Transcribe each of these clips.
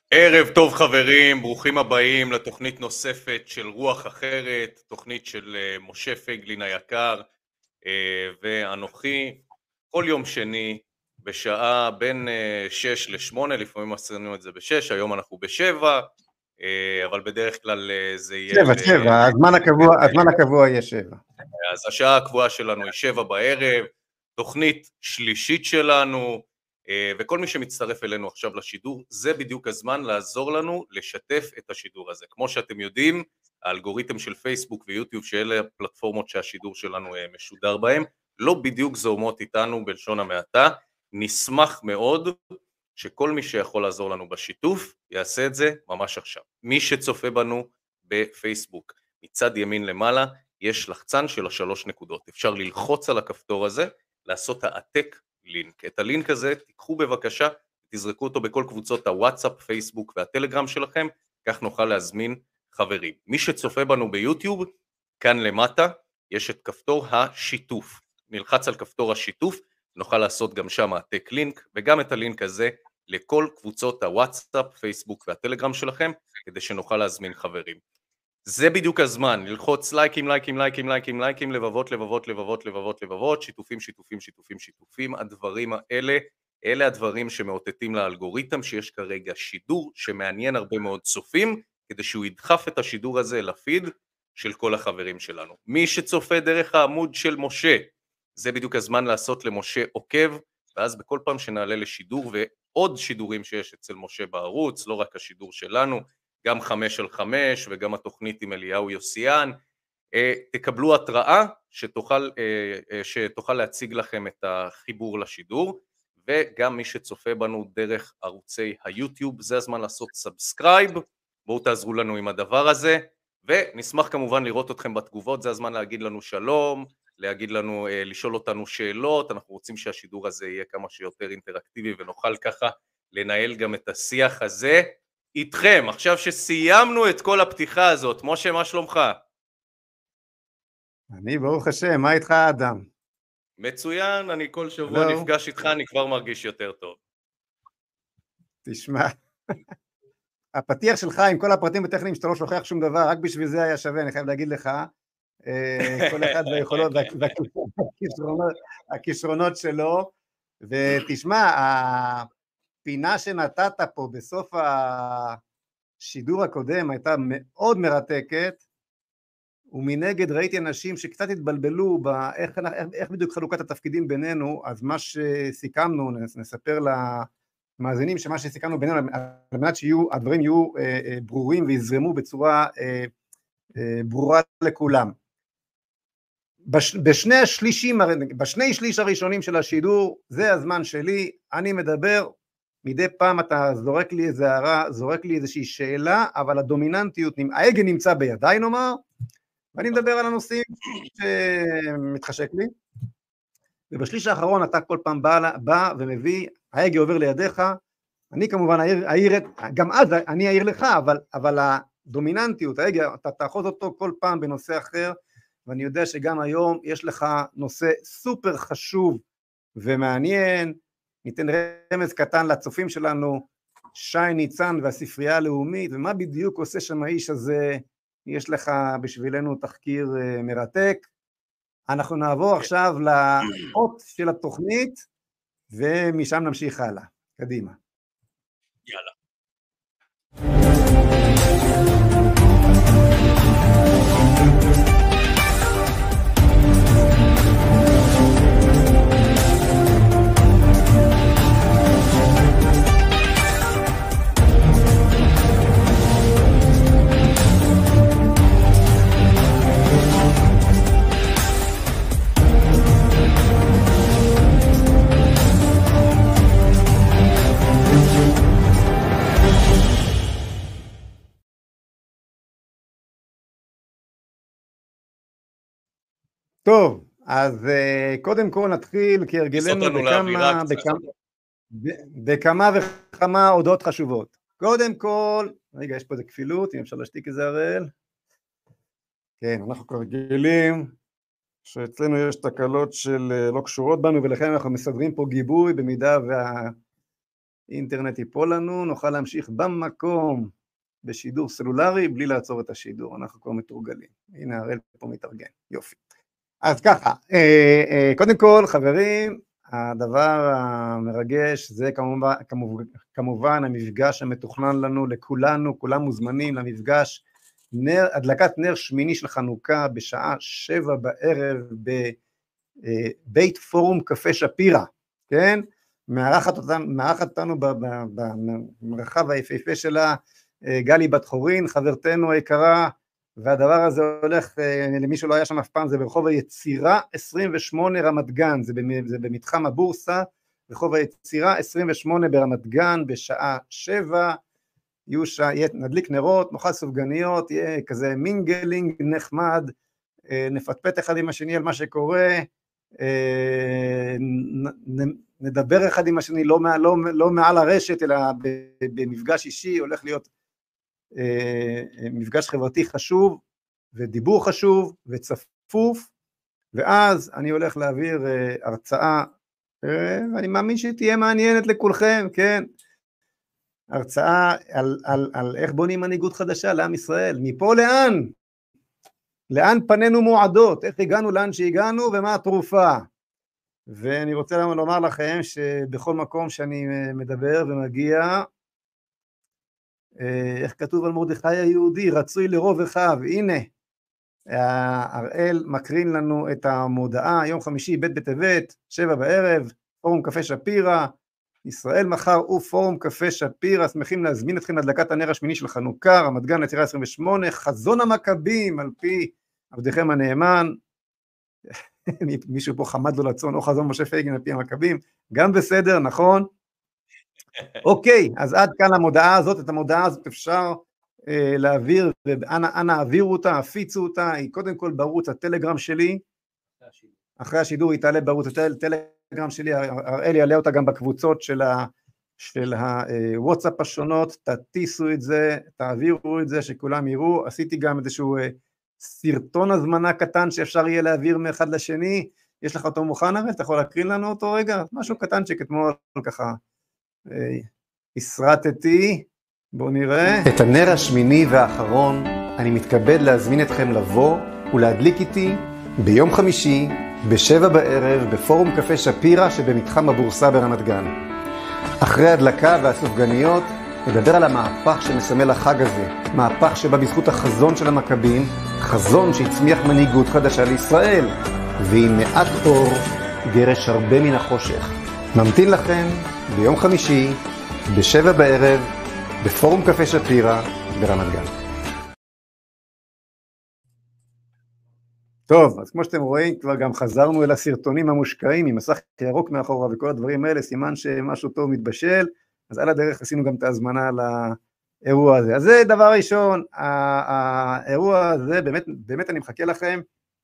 ערב טוב חברים, ברוכים הבאים לתוכנית נוספת של רוח אחרת, תוכנית של משה פייגלין היקר ואנוכי, כל יום שני בשעה בין 6 ל-8, לפעמים עשינו את זה ב-6, היום אנחנו ב-7, אבל בדרך כלל זה יהיה... 7, הזמן הקבוע יהיה 7. אז השעה הקבועה שלנו היא 7 בערב, תוכנית שלישית שלנו, וכל מי שמצטרף אלינו עכשיו לשידור, זה בדיוק הזמן לעזור לנו לשתף את השידור הזה. כמו שאתם יודעים, האלגוריתם של פייסבוק ויוטיוב, שאלה הפלטפורמות שהשידור שלנו משודר בהם, לא בדיוק זורמות איתנו בלשון המעטה. נשמח מאוד שכל מי שיכול לעזור לנו בשיתוף, יעשה את זה ממש עכשיו. מי שצופה בנו בפייסבוק, מצד ימין למעלה, יש לחצן של 3 נקודות. אפשר ללחוץ על הכפתור הזה, לעשות העתק לינק. את הלינק הזה תיקחו בבקשה, תזרקו אותו בכל קבוצות הוואטסאפ, פייסבוק והטלגרם שלכם, כך נוכל להזמין חברים. מי שצופה בנו ביוטיוב, כאן למטה יש את כפתור השיתוף. נלחץ על כפתור השיתוף, נוכל לעשות גם שם העתק לינק, וגם את הלינק הזה לכל קבוצות הוואטסאפ, פייסבוק והטלגרם שלכם, כדי שנוכל להזמין חברים. זה בדיוק הזמן, ללחוץ לייקים, לייקים, לייקים, לייקים, לייקים, לבבות, לבבות, לבבות, לבבות, לבבות, שיתופים, שיתופים, שיתופים, שיתופים, הדברים האלה, אלה הדברים שמאותתים לאלגוריתם שיש כרגע שידור שמעניין הרבה מאוד צופים, כדי שהוא ידחף את השידור הזה לפיד של כל החברים שלנו. מי שצופה דרך העמוד של משה, זה בדיוק הזמן לעשות למשה עוקב, ואז בכל פעם שנעלה לשידור ועוד שידורים שיש אצל משה בערוץ, לא רק השידור שלנו, גם 5 על 5 וגם התוכנית עם אליהו יוסיאן, תקבלו התראה שתוכל להציג לכם את החיבור לשידור, וגם מי שצופה בנו דרך ערוצי היוטיוב, זה הזמן לעשות סאבסקרייב, בואו תעזרו לנו עם הדבר הזה, ונשמח כמובן לראות אתכם בתגובות, זה הזמן להגיד לנו שלום, להגיד לנו, לשאול אותנו שאלות, אנחנו רוצים שהשידור הזה יהיה כמה שיותר אינטראקטיבי, ונוכל ככה לנהל גם את השיח הזה, איתכם. עכשיו שסיימנו את כל הפתיחה הזאת, משה, מה שלומך? אני ברוך השם, מה איתך אדם? מצוין, אני כל שבוע נפגש איתך, אני כבר מרגיש יותר טוב. תשמע, הפתיח שלך עם כל הפרטים הטכניים שאתה לא שוכח שום דבר, רק בשביל זה היה שווה, אני חייב להגיד לך, כל אחד והיכולות והכישרונות שלו, ותשמע, הפינה שנתת פה בסוף השידור הקודם הייתה מאוד מרתקת, ומנגד ראיתי אנשים שקצת התבלבלו באיך בדיוק חלוקת התפקידים בינינו, אז מה שסיכמנו, נספר למאזינים שמה שסיכמנו בינינו, על מנת שהדברים יהיו ברורים ויזרמו בצורה ברורה לכולם. בשני שליש הראשונים של השידור, זה הזמן שלי, אני מדבר, מדי פעם אתה זורק לי איזו הערה, זורק לי איזושהי שאלה, אבל הדומיננטיות, ההגה נמצא בידיי נאמר, ואני מדבר על הנושאים שמתחשק לי, ובשליש האחרון אתה כל פעם בא ומביא, ההגה עובר לידיך, אני כמובן גם אז אני אעיר לך, אבל הדומיננטיות, ההגה, אתה תאחוז אותו כל פעם בנושא אחר, ואני יודע שגם היום יש לך נושא סופר חשוב ומעניין, ניתן רמז קטן לצופים שלנו, שי ניצן והספרייה הלאומית, ומה בדיוק עושה שם האיש הזה, יש לך בשבילנו תחקיר מרתק, אנחנו נעבור עכשיו לאות של התוכנית, ומשם נמשיך הלאה, קדימה. יאללה. טוב, אז קודם כל נתחיל כהרגלנו בכמה וכמה הודעות חשובות. קודם כל, רגע, יש פה איזה כפילות, אם אפשר להשתיק איזה הראל. כן, אנחנו כרגלים שאצלנו יש תקלות של לא קשורות בנו, ולכן אנחנו מסדרים פה גיבוי במידה אינטרנט ייפול לנו, נוכל להמשיך במקום בשידור סלולרי, בלי לעצור את השידור, אנחנו כבר מתורגלים. הנה הראל פה מתארגן, יופי. אז ככה, קודם כל חברים, הדבר המרגש זה כמובן המפגש המתוכנן לנו לכולנו, כולם מוזמנים למפגש, הדלקת נר שמיני של חנוכה בשעה 7 בערב בבית פורום קפה שפירא, כן? מארחת אותנו במרחב היפהפה שלה, גלי בת חורין, חברתנו היקרה, והדבר הזה הולך, למי שלא היה שם אף פעם, זה ברחוב היצירה 28 רמת גן, זה במתחם הבורסה, רחוב היצירה 28 ברמת גן, בשעה 7, נדליק נרות, נאכל סופגניות, יהיה כזה מינגלינג נחמד, נפטפט אחד עם השני על מה שקורה, נדבר אחד עם השני, לא מעל הרשת, אלא במפגש אישי, הולך להיות מפגש חברתי חשוב, ודיבור חשוב, וצפוף, ואז אני הולך להעביר הרצאה, ואני מאמין שהיא תהיה מעניינת לכולכם, כן? הרצאה על איך בונים מנהיגות חדשה לעם ישראל, מפה לאן? לאן פנינו מועדות, איך הגענו לאן שהגענו, ומה התרופה? ואני רוצה לומר לכם שבכל מקום שאני מדבר ומגיע, איך כתוב על מרדכי היהודי, רצוי לרוב אחיו, הנה, הראל מקרין לנו את המודעה, יום חמישי, ב' בטבת, 7 בערב, פורום קפה שפירא, ישראל מחר ופורום קפה שפירא, שמחים להזמין אתכם להדלקת הנר השמיני של חנוכה, רמת גן יצירה 28, חזון המכבים, על פי עבדיכם הנאמן, מישהו פה חמד לו לצון, או חזון משה פייגין על פי המכבים, גם בסדר, נכון? אוקיי, אז עד כאן המודעה הזאת, את המודעה הזאת אפשר להעביר, ואנא העבירו אותה, הפיצו אותה, היא קודם כל בערוץ הטלגרם שלי, אחרי השידור היא תעלה בערוץ הטלגרם שלי, הראל יעלה אותה גם בקבוצות של הוואטסאפ השונות, תטיסו את זה, תעבירו את זה, שכולם יראו, עשיתי גם איזשהו סרטון הזמנה קטן שאפשר יהיה להעביר מאחד לשני, יש לך אותו מוכן הראל, אתה יכול להקרין לנו אותו רגע, משהו קטן שכתמול ככה, הסרטתי, בואו נראה. את הנר השמיני והאחרון, אני מתכבד להזמין אתכם לבוא ולהדליק איתי ביום חמישי, ב7 בערב, בפורום קפה שפירא שבמתחם הבורסה ברמת גן. אחרי הדלקה והסופגניות, נדבר על המהפך שמסמל החג הזה, מהפך שבא בזכות החזון של המכבים, חזון שהצמיח מנהיגות חדשה לישראל, ועם מעט אור גרש הרבה מן החושך. ממתין לכם ביום חמישי, ב7 בערב, בפורום קפה שפירא ברמת גן. טוב, אז כמו שאתם רואים, כבר גם חזרנו אל הסרטונים המושקעים, עם מסך ירוק מאחורה וכל הדברים האלה, סימן שמשהו טוב מתבשל, אז על הדרך עשינו גם את ההזמנה לאירוע הזה. אז זה דבר ראשון, האירוע הזה, באמת אני מחכה לכם.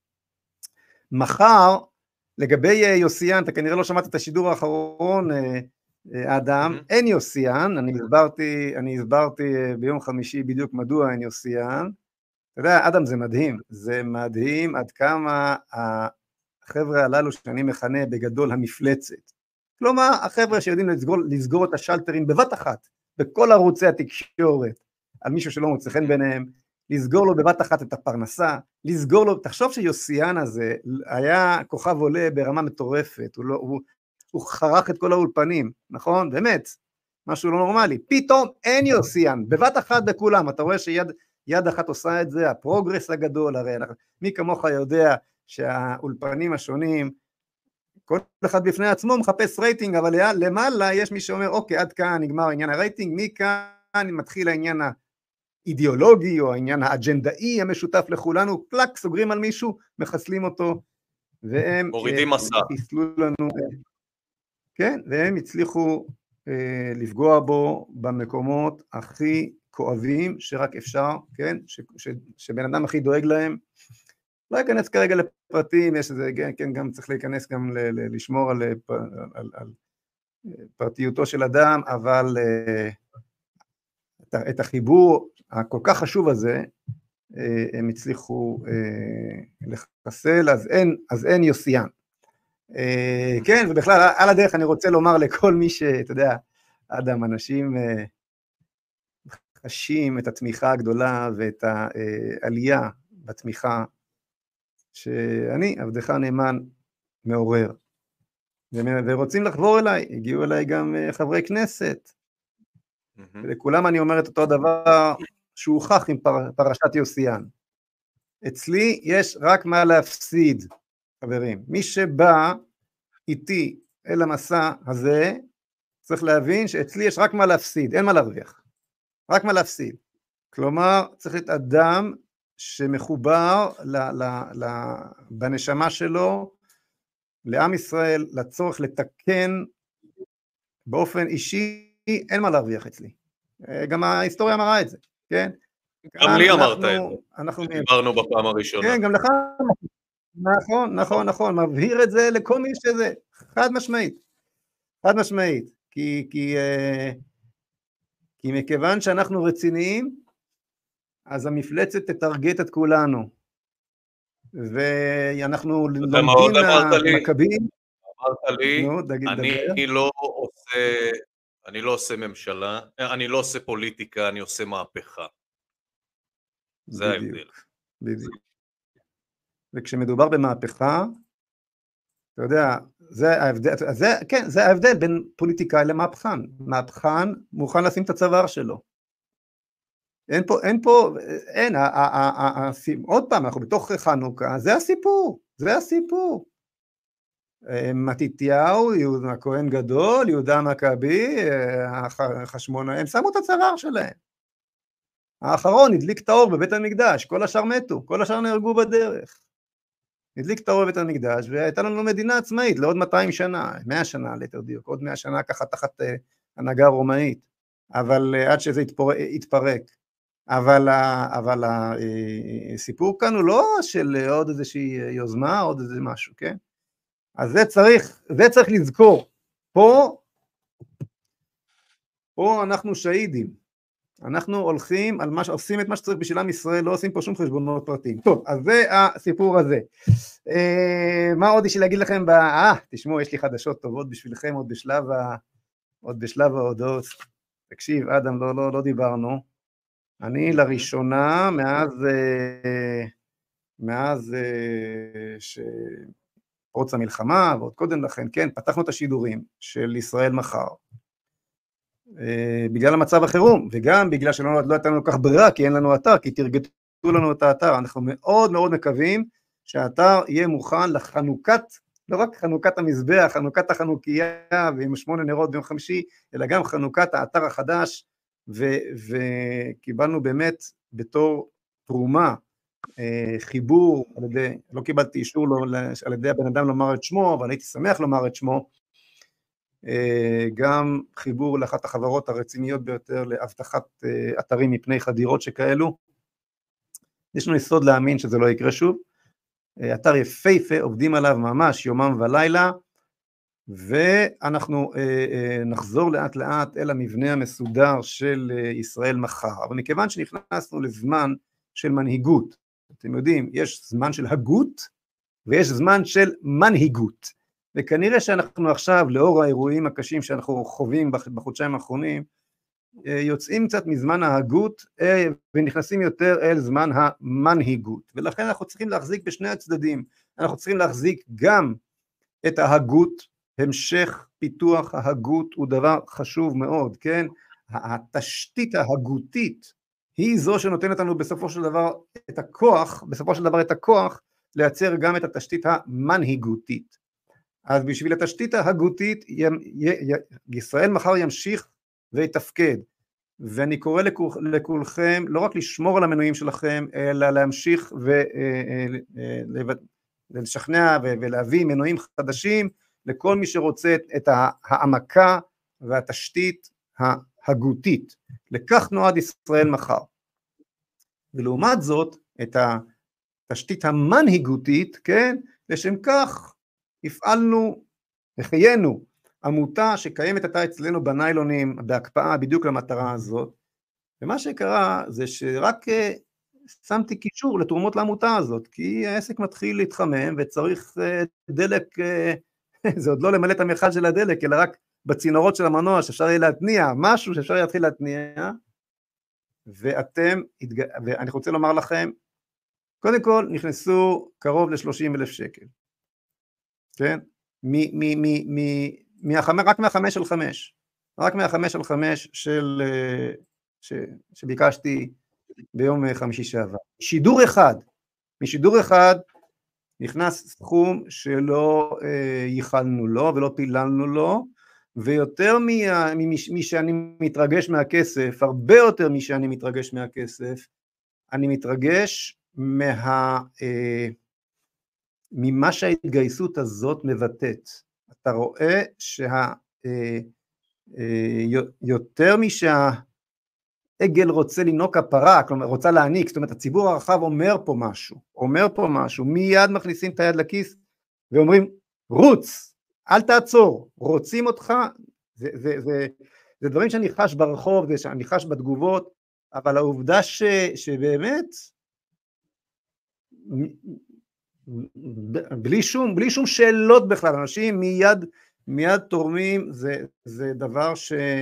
מחר, לגבי יוסיאן, אתה כנראה לא שמעת את השידור האחרון, אדם, אין יוסיאן, אני הסברתי ביום חמישי בדיוק מדוע אין יוסיאן. אתה יודע, אדם, זה מדהים עד כמה החבר'ה הללו שאני מכנה בגדול המפלצת. כלומר, החבר'ה שיודעים לסגור את השלטרים בבת אחת, בכל ערוצי התקשורת, על מישהו שלא מוצא חן ביניהם, לסגור לו בבת אחת את הפרנסה, לסגור לו, תחשוב שיוסיאן הזה היה כוכב עולה ברמה מטורפת, הוא חרך את כל האולפנים, נכון? באמת, משהו לא נורמלי. פתאום אין יוסיאן, בבת אחת בכולם, אתה רואה שיד אחת עושה את זה, הפרוגרס הגדול, הרי מי כמוך יודע שהאולפנים השונים, כל אחד בפני עצמו מחפש רייטינג, אבל למעלה יש מי שאומר, אוקיי, עד כאן נגמר עניין הרייטינג, מכאן מתחיל העניין האידיאולוגי, או העניין האג'נדאי המשותף לכולנו, פלק, סוגרים על מישהו, מחסלים אותו, והם מורידים מסע. חיסלו לנו, כן, והם הצליחו לפגוע בו במקומות הכי כואבים שרק אפשר, כן, שבן אדם הכי דואג להם, לא ייכנס כרגע לפרטים, יש איזה, כן, גם צריך להיכנס גם לשמור על פרטיותו של אדם, אבל את החיבור הכל כך חשוב הזה, הם הצליחו לחסל, אז אין יוסיאן. כן, ובכלל, על הדרך אני רוצה לומר לכל מי שאתה יודע, אדם, אנשים חשים את התמיכה הגדולה ואת העלייה בתמיכה שאני, עבדך הנאמן, מעורר. ורוצים לחבור אליי, הגיעו אליי גם חברי כנסת, ולכולם אני אומר את אותו דבר שהוכח עם פרשת יוסיאן. אצלי יש רק מה להפסיד, חברים. מי שבא איתי אל המסע הזה, צריך להבין שאצלי יש רק מה להפסיד, אין מה להרוויח. רק מה להפסיד. כלומר, צריך להיות אדם שמחובר בנשמה שלו, לעם ישראל, לצורך לתקן באופן אישי, אין מה להרוויח אצלי. גם ההיסטוריה מראה את זה, כן? גם לי אמרת את זה, דיברנו בפעם הראשונה. כן, גם לך, נכון, מבהיר את זה לכל מי שזה, חד משמעית, כי מכיוון שאנחנו רציניים, אז המפלצת תתרגט את כולנו, ואנחנו לומדים מהמכבים. אמרת לי, אני לא עושה ממשלה, אני לא עושה פוליטיקה, אני עושה מהפכה. זה ההבדל. בדיוק. וכשמדובר במהפכה, אתה יודע, זה ההבדל בין פוליטיקאי למהפכן. מהפכן מוכן לשים את הצוואר שלו. אין פה, עוד פעם, אנחנו בתוך חנוכה, זה הסיפור. מתתיהו, הכהן גדול, יהודה המכבי, החשמונאי, הם שמו את הצוואר שלהם. האחרון הדליק את האור בבית המקדש, כל השאר מתו, כל השאר נהרגו בדרך. הדליק את האור בבית המקדש, והייתה לנו מדינה עצמאית לעוד 200 שנה, 100 שנה ליתר דיוק, עוד 100 שנה ככה תחת הנהגה רומאית, אבל עד שזה התפרק. אבל הסיפור כאן הוא לא של עוד איזושהי יוזמה, עוד איזה משהו, כן? אז זה צריך לזכור. פה אנחנו שהידים. אנחנו הולכים על מה שעושים את מה שצריך בשביל עם ישראל, לא עושים פה שום חשבונות פרטיים. טוב, אז זה הסיפור הזה. מה עוד יש לי להגיד לכם? תשמעו, יש לי חדשות טובות בשבילכם עוד בשלב ההודות. תקשיב, אדם, לא דיברנו. אני לראשונה, מאז שפרוץ המלחמה, ועוד קודם לכן, כן, פתחנו את השידורים של ישראל מחר. בגלל המצב החירום, וגם בגלל שלא הייתה לנו כך ברירה, כי אין לנו אתר, כי תרגטו לנו את האתר. אנחנו מאוד מאוד מקווים שהאתר יהיה מוכן לחנוכת, לא רק חנוכת המזבח, חנוכת החנוכיה, ועם 8 נרות ביום חמישי, אלא גם חנוכת האתר החדש, וקיבלנו באמת בתור תרומה, חיבור, לא קיבלתי אישור על ידי הבן אדם לומר את שמו, אבל הייתי שמח לומר את שמו, גם חיבור לאחת החברות הרציניות ביותר לאבטחת אתרים מפני חדירות שכאלו. יש לנו יסוד להאמין שזה לא יקרה שוב. אתר יפהפה, עובדים עליו ממש יומם ולילה, ואנחנו נחזור לאט לאט אל המבנה המסודר של ישראל מחר. אבל מכיוון שנכנסנו לזמן של מנהיגות, אתם יודעים, יש זמן של הגות ויש זמן של מנהיגות. וכנראה שאנחנו עכשיו, לאור האירועים הקשים שאנחנו חווים בחודשיים האחרונים, יוצאים קצת מזמן ההגות ונכנסים יותר אל זמן המנהיגות. ולכן אנחנו צריכים להחזיק בשני הצדדים. אנחנו צריכים להחזיק גם את ההגות, המשך פיתוח ההגות הוא דבר חשוב מאוד, כן? התשתית ההגותית היא זו שנותנת לנו בסופו של דבר את הכוח לייצר גם את התשתית המנהיגותית. אז בשביל התשתית ההגותית, ישראל מחר ימשיך ויתפקד, ואני קורא לכולכם לא רק לשמור על המנויים שלכם, אלא להמשיך ולשכנע ולהביא מנויים חדשים, לכל מי שרוצה את העמקה והתשתית ההגותית. לכך נועד ישראל מחר. ולעומת זאת, את התשתית המנהיגותית, כן, לשם כך, הפעלנו וחיינו עמותה שקיימת עתה אצלנו בניילונים בהקפאה בדיוק למטרה הזאת, ומה שקרה זה שרק שמתי קישור לתרומות לעמותה הזאת, כי העסק מתחיל להתחמם וצריך דלק, זה עוד לא למלא את המכל של הדלק, אלא רק בצינורות של המנוע, שאפשר יהיה להתניע, משהו שאפשר יהיה להתחיל להתניע, ואני רוצה לומר לכם, קודם כל נכנסו קרוב ל-30,000 שקל, כן? רק מה-5 על 5, רק מה-5 על 5 שביקשתי ביום חמישי שעבר. משידור אחד נכנס סכום שלא ייחלנו לו ולא פיללנו לו, ויותר מי שאני מתרגש מהכסף, הרבה יותר מי שאני מתרגש מהכסף, אני מתרגש ממה שההתגייסות הזאת מבטאת. אתה רואה יותר משהעגל רוצה לנוק הפרה, כלומר רוצה להעניק, זאת אומרת הציבור הרחב אומר פה משהו, מיד מכניסים את היד לכיס ואומרים רוץ, אל תעצור, רוצים אותך, זה דברים שאני חש ברחוב, זה שאני חש בתגובות, אבל העובדה שבאמת בלי שום שאלות בכלל, אנשים מיד תורמים, זה דבר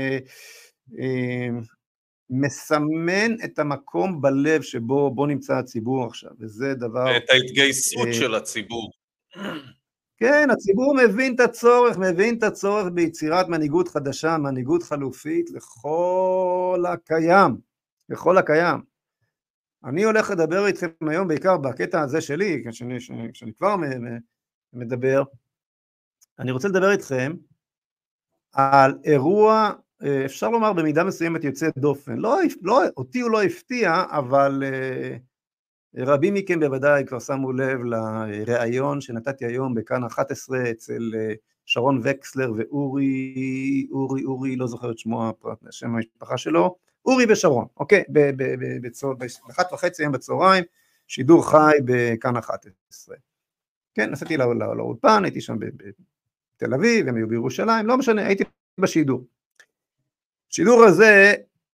שמסמן את המקום בלב שבו נמצא הציבור עכשיו, וזה דבר... את ההתגייסות של הציבור. כן, הציבור מבין את הצורך ביצירת מנהיגות חדשה, מנהיגות חלופית לכל הקיים. אני הולך לדבר איתכם היום בעיקר בקטע הזה שלי, כשאני כבר מדבר, אני רוצה לדבר איתכם על אירוע, אפשר לומר במידה מסוימת יוצא דופן, אותי הוא לא הפתיע, אבל רבים מכם בוודאי כבר שמו לב לראיון שנתתי היום בכאן 11 אצל שרון וקסלר ואורי, לא זוכר את שמו, שם המשפחה שלו, אורי ושרון, אוקיי, ב1:30 היום בצהריים, שידור חי בכאן 11. כן, נסעתי לאולפן, הייתי שם בתל אביב, הם היו בירושלים, לא משנה, הייתי בשידור. השידור הזה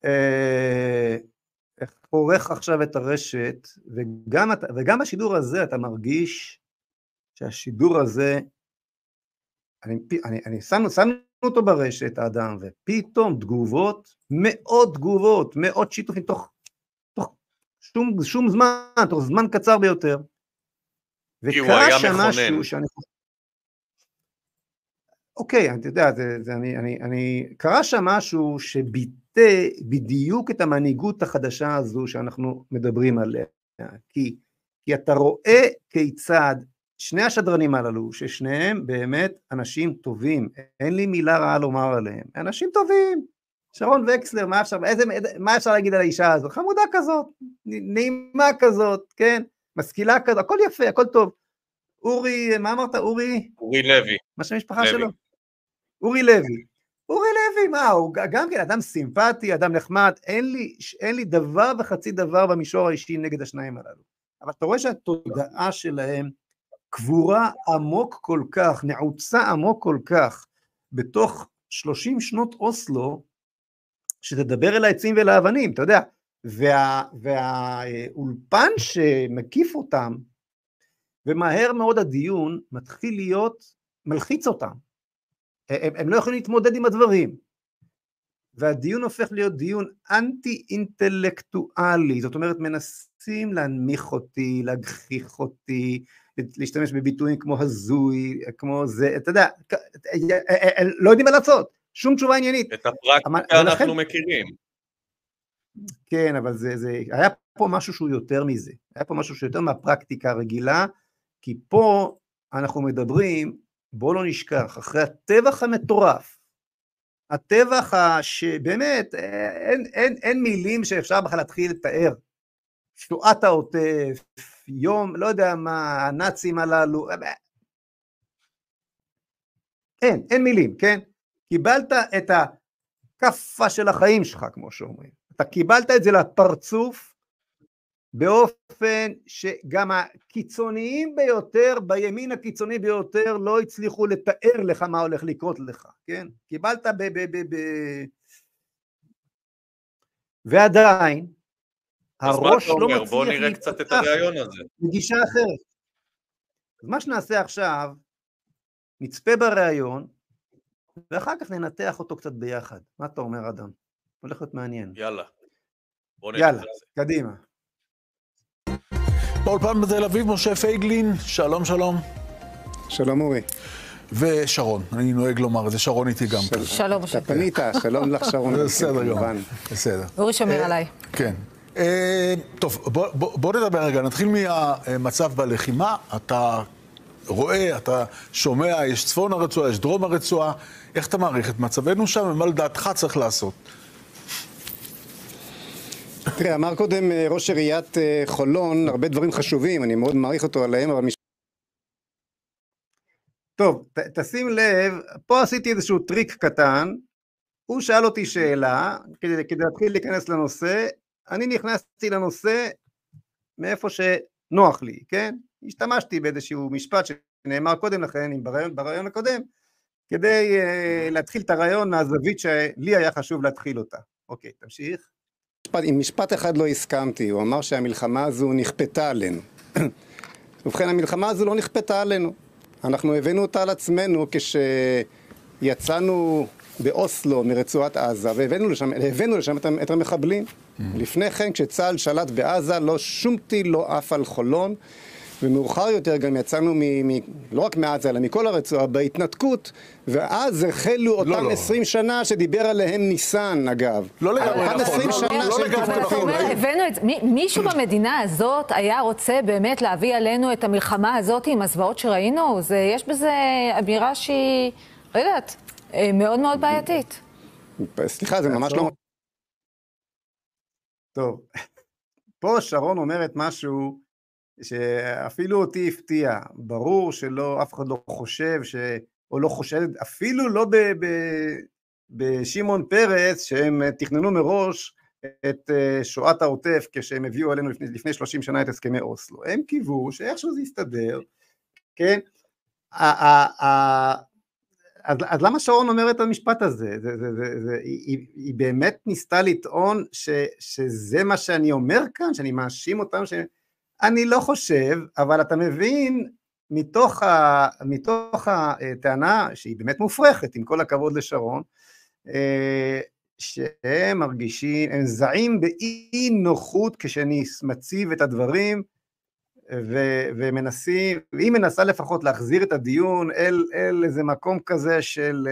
עורך עכשיו את הרשת, וגם בשידור הזה אתה מרגיש שהשידור הזה, אני שמנו אותו ברשת, האדם, ופתאום מאות שיתופים, תוך שום זמן, תוך זמן קצר ביותר. כי הוא היה מכונן. אוקיי, אתה יודע, קרה שם משהו שביטא בדיוק את המנהיגות החדשה הזו שאנחנו מדברים עליה, כי אתה רואה כיצד שני השדרנים הללו, ששניהם באמת אנשים טובים, אין לי מילה רעה לומר עליהם, אנשים טובים, שרון וקסלר, מה אפשר להגיד על האישה הזאת? חמודה כזאת, נעימה כזאת, כן, משכילה כזאת, הכל יפה, הכל טוב. אורי, מה אמרת? אורי לוי. מה שם המשפחה שלו? אורי לוי, מה, הוא גם כן אדם סימפטי, אדם נחמד, אין לי דבר וחצי דבר במישור האישי נגד השניים הללו, אבל אתה רואה שהתודעה שלהם קבורה עמוק כל כך, נעוצה עמוק כל כך, בתוך 30 שנות אוסלו, שתדבר אל העצים ואל האבנים, אתה יודע, והאולפן שמקיף אותם, ומהר מאוד הדיון מתחיל להיות, מלחיץ אותם, הם לא יכולים להתמודד עם הדברים, והדיון הופך להיות דיון אנטי-אינטלקטואלי, זאת אומרת מנסים להנמיך אותי, להגחיך אותי, להשתמש בביטויים כמו הזוי, כמו זה, אתה יודע, לא יודעים מה לעשות, שום תשובה עניינית. את הפרקטיקה אנחנו מכירים. כן, אבל היה פה משהו שהוא יותר מזה, היה פה משהו שיותר מהפרקטיקה הרגילה, כי פה אנחנו מדברים, בואו לא נשכח, אחרי הטבח המטורף, הטבח שבאמת אין מילים שאפשר בכלל להתחיל לתאר, שואת העוטף, יום, לא יודע מה, הנאצים הללו, אין מילים, כן? קיבלת את הכפה של החיים שלך, כמו שאומרים, אתה קיבלת את זה לפרצוף, באופן שגם הקיצוניים ביותר, בימין הקיצוני ביותר, לא הצליחו לתאר לך מה הולך לקרות לך, כן? קיבלת ועדיין, הראש לא מצליח בוא נראה קצת את הרעיון הזה. בגישה אחרת. אז מה שנעשה עכשיו, נצפה ברעיון, ואחר כך ננתח אותו קצת ביחד. מה אתה אומר, אדם? הולך להיות מעניין. יאללה, בוא נלך יאללה, על זה. קדימה. באולפן בתל אביב, משה פייגלין, שלום שלום. שלום אורי. ושרון, אני נוהג לומר את זה, שרון איתי גם. שלום, אתה פנית, שלום לך שרון. בסדר גמור, בסדר. אורי שומר עליי. כן. טוב, בוא נדבר רגע, נתחיל מהמצב בלחימה. אתה רואה, אתה שומע, יש צפון הרצועה, יש דרום הרצועה. איך אתה מעריך את מצבנו שם, ומה לדעתך צריך לעשות? תראה, אמר קודם ראש עיריית חולון הרבה דברים חשובים, אני מאוד מעריך אותו עליהם, אבל טוב, תשים לב, פה עשיתי איזשהו טריק קטן, הוא שאל אותי שאלה, כדי להתחיל להיכנס לנושא, אני נכנסתי לנושא מאיפה שנוח לי, כן? השתמשתי באיזשהו משפט שנאמר קודם לכן, ברעיון הקודם, כדי להתחיל את הרעיון מהזווית שלי היה חשוב להתחיל אותה. אוקיי, תמשיך. עם משפט אחד לא הסכמתי, הוא אמר שהמלחמה הזו נכפתה עלינו. ובכן, המלחמה הזו לא נכפתה עלינו. אנחנו הבאנו אותה על עצמנו כשיצאנו באוסלו מרצועת עזה, והבאנו לשם את המחבלים. לפני כן, כשצה"ל שלט בעזה, לא שום טיל לא עף על חולון, ומאוחר יותר גם יצאנו לא רק מעזה, אלא מכל הרצועה, בהתנתקות, ואז החלו אותם 20 שנה שדיבר עליהם ניסן, אגב. לא לגמרי נכון. 20 שנה של תתנתקות. מישהו במדינה הזאת היה רוצה באמת להביא עלינו את המלחמה הזאת עם הזוועות שראינו? יש בזה אמירה שהיא, לא יודעת, מאוד מאוד בעייתית. סליחה, זה ממש לא... טוב, פה שרון אומרת משהו שאפילו אותי הפתיע. ברור שלא, אף אחד לא חושב או לא חושד, אפילו לא בשמעון פרס, שהם תכננו מראש את שואת העוטף, כשהם הביאו עלינו לפני 30 שנה את הסכמי אוסלו. הם קיוו שאיכשהו זה יסתדר, כן? אז למה שרון אומר את המשפט הזה? היא באמת ניסתה לטעון שזה מה שאני אומר כאן, שאני מאשים אותם, אני לא חושב, אבל אתה מבין מתוך הטענה שהיא באמת מופרכת, עם כל הכבוד לשרון, שהם מרגישים, הם זעים באי נוחות כשאני מציב את הדברים, ומנסים, והיא מנסה לפחות להחזיר את הדיון אל איזה מקום כזה של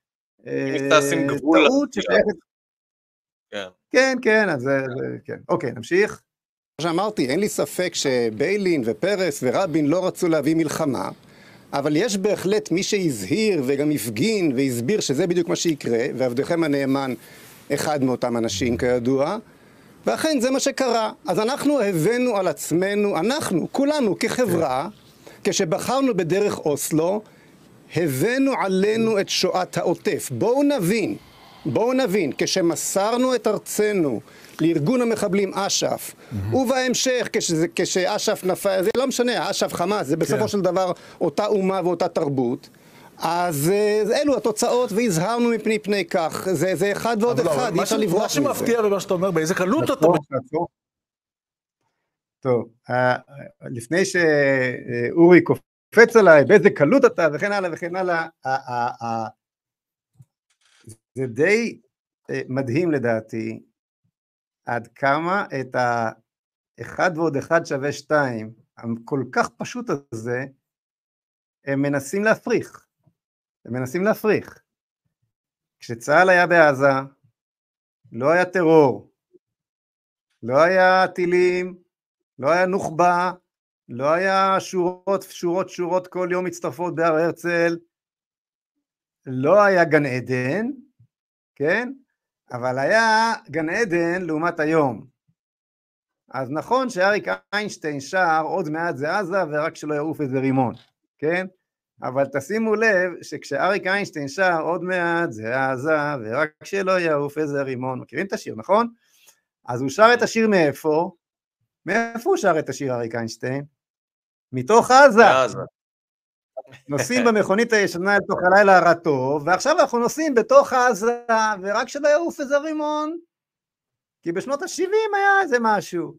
טעות ששייכת. כן, כן, אז כן. אוקיי, נמשיך. שאמרתי, אין לי ספק שביילין ופרס ורבין לא רצו להביא מלחמה, אבל יש בהחלט מי שהזהיר וגם הפגין והסביר שזה בדיוק מה שיקרה, ועבדכם הנאמן אחד מאותם אנשים כידוע, ואכן זה מה שקרה. אז אנחנו הבאנו על עצמנו, אנחנו, כולנו כחברה, כשבחרנו בדרך אוסלו, הבאנו עלינו את שואת העוטף. בואו נבין, כשמסרנו את ארצנו לארגון המחבלים אש"ף, ובהמשך כשאש"ף נפל, זה לא משנה, אש"ף חמאס, זה בסופו של דבר אותה אומה ואותה תרבות, אז אלו התוצאות והזהרנו מפני כך, זה אחד ועוד אחד, אי אפשר לברוח מזה. מה שמפתיע במה שאתה אומר, באיזה קלות אתה... טוב, לפני שאורי קופץ עליי, באיזה קלות אתה וכן הלאה וכן הלאה, זה די מדהים לדעתי, עד כמה את האחד ועוד אחד שווה 2, הכל כך פשוט הזה, הם מנסים להפריך. כשצה"ל היה בעזה, לא היה טרור, לא היה טילים, לא היה נוח'בה, לא היה שורות כל יום מצטרפות בהר הרצל, לא היה גן עדן, כן? אבל היה גן עדן לעומת היום. אז נכון שאריק איינשטיין שר עוד מעט זה עזה ורק שלא יעוף איזה רימון, כן? אבל תשימו לב שכשאריק איינשטיין שר עוד מעט זה עזה ורק שלא יעוף איזה רימון, מכירים את השיר, נכון? אז הוא שר את השיר מאיפה? מאיפה הוא שר את השיר אריק איינשטיין? מתוך עזה. נוסעים במכונית הישנה אל תוך הלילה הרטוב, ועכשיו אנחנו נוסעים בתוך עזה, ורק שלא יעוף איזה רימון, כי בשנות ה-70 היה איזה משהו.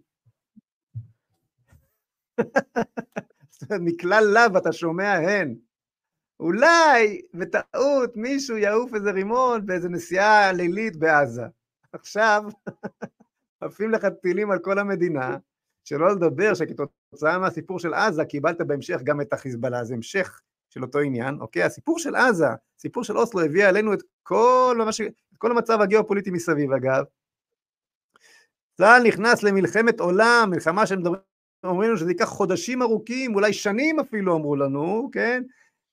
מכלל לב אתה שומע הן. אולי בטעות מישהו יעוף איזה רימון באיזה נסיעה לילית בעזה. עכשיו, עפים לך טילים על כל המדינה, שלא לדבר שכתוצאה מהסיפור של עזה, קיבלת בהמשך גם את החיזבאללה, זה המשך של אותו עניין, אוקיי? הסיפור של עזה, הסיפור של אוסלו הביא עלינו את כל המצב הגיאופוליטי מסביב, אגב. צה"ל נכנס למלחמת עולם, מלחמה אומרים לנו שזה ייקח חודשים ארוכים, אולי שנים אפילו אמרו לנו, כן?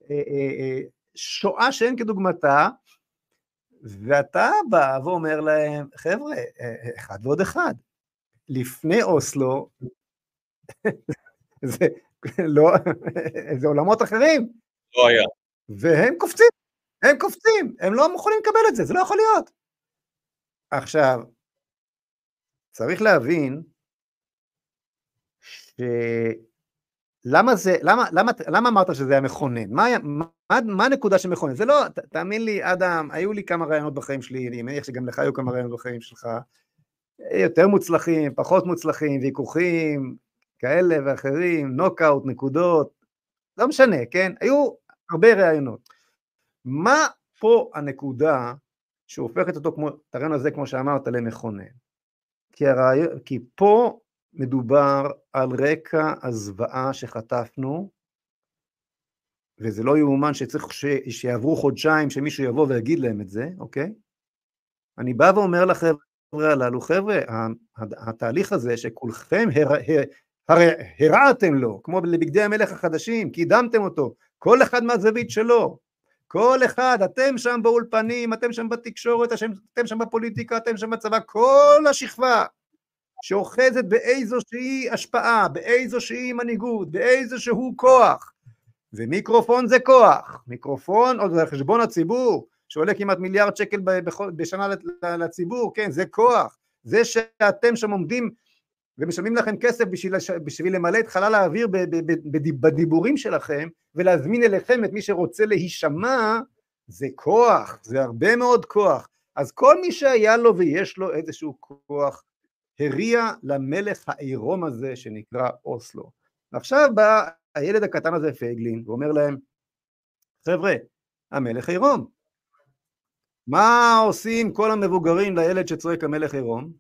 שואה שאין כדוגמתה, ואתה בא ואומר להם, חבר'ה, אחד ועוד אחד, לפני אוסלו, זה עולמות אחרים. לא היה. והם קופצים, הם לא יכולים לקבל את זה, זה לא יכול להיות. עכשיו, צריך להבין, למה אמרת שזה היה מכונן? מה הנקודה שמכונן? זה לא, תאמין לי, אדם, היו לי כמה רעיונות בחיים שלי, אני מניח שגם לך היו כמה רעיונות בחיים שלך, יותר מוצלחים, פחות מוצלחים, ויכוחים, כאלה ואחרים, נוקאוט, נקודות, לא משנה, כן? היו הרבה רעיונות. מה פה הנקודה שהופכת אותו, את הרעיון הזה, כמו שאמרת, למכונן? כי פה מדובר על רקע הזוועה שחטפנו, וזה לא יאומן שצריך שיעברו חודשיים שמישהו יבוא ויגיד להם את זה, אוקיי? אני בא ואומר לחבר'ה הללו, חבר'ה, התהליך הזה שכולכם הרעתם לו, כמו לבגדי המלך החדשים, קידמתם אותו, כל אחד מהזווית שלו, כל אחד, אתם שם באולפנים, אתם שם בתקשורת, אתם שם בפוליטיקה, אתם שם בצבא, כל השכבה שאוחזת באיזושהי השפעה, באיזושהי מנהיגות, באיזשהו כוח, ומיקרופון זה כוח, מיקרופון, או זה חשבון הציבור, שעולה כמעט מיליארד שקל בשנה לציבור, כן, זה כוח, זה שאתם שם עומדים ומשלמים לכם כסף בשביל למלא את חלל האוויר בדיבורים שלכם, ולהזמין אליכם את מי שרוצה להישמע, זה כוח, זה הרבה מאוד כוח. אז כל מי שהיה לו ויש לו איזשהו כוח, הריע למלך העירום הזה שנקרא אוסלו. עכשיו בא הילד הקטן הזה פייגלין, ואומר להם, חבר'ה, המלך עירום. מה עושים כל המבוגרים לילד שצועק המלך עירום?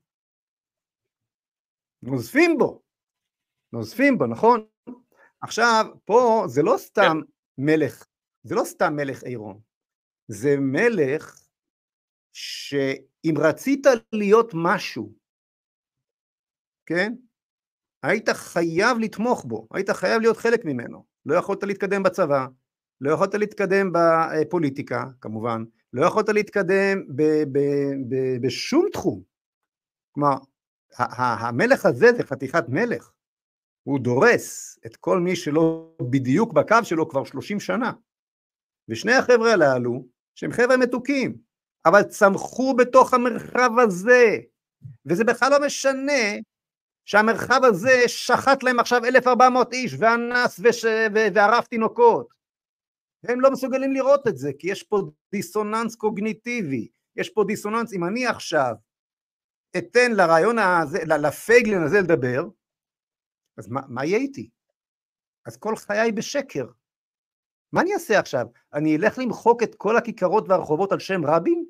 נוזפים בו, נכון? עכשיו, פה זה לא סתם מלך, זה לא סתם מלך עירום, זה מלך שאם רצית להיות משהו, כן? היית חייב לתמוך בו, היית חייב להיות חלק ממנו, לא יכולת להתקדם בצבא, לא יכולת להתקדם בפוליטיקה, כמובן, לא יכולת להתקדם בשום תחום, כלומר, המלך הזה זה חתיכת מלך, הוא דורס את כל מי שלא בדיוק בקו שלו כבר 30 שנה, ושני החבר'ה הללו, שהם חבר'ה מתוקים, אבל צמחו בתוך המרחב הזה, וזה בכלל לא משנה, שהמרחב הזה שחט להם עכשיו 1,400 איש, ואנס וערף תינוקות, הם לא מסוגלים לראות את זה, כי יש פה דיסוננס קוגניטיבי, יש פה דיסוננס, אם אני עכשיו, אתן לרעיון הזה, לפייגלין הזה לדבר, אז מה יהיה איתי? אז כל חיי בשקר. מה אני אעשה עכשיו? אני אלך למחוק את כל הכיכרות והרחובות על שם רבין?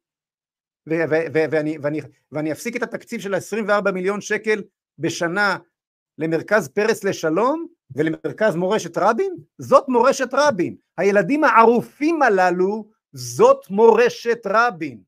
ואני אפסיק את התקציב של 24 מיליון שקל בשנה למרכז פרס לשלום ולמרכז מורשת רבין? זאת מורשת רבין. הילדים הערופים הללו, זאת מורשת רבין.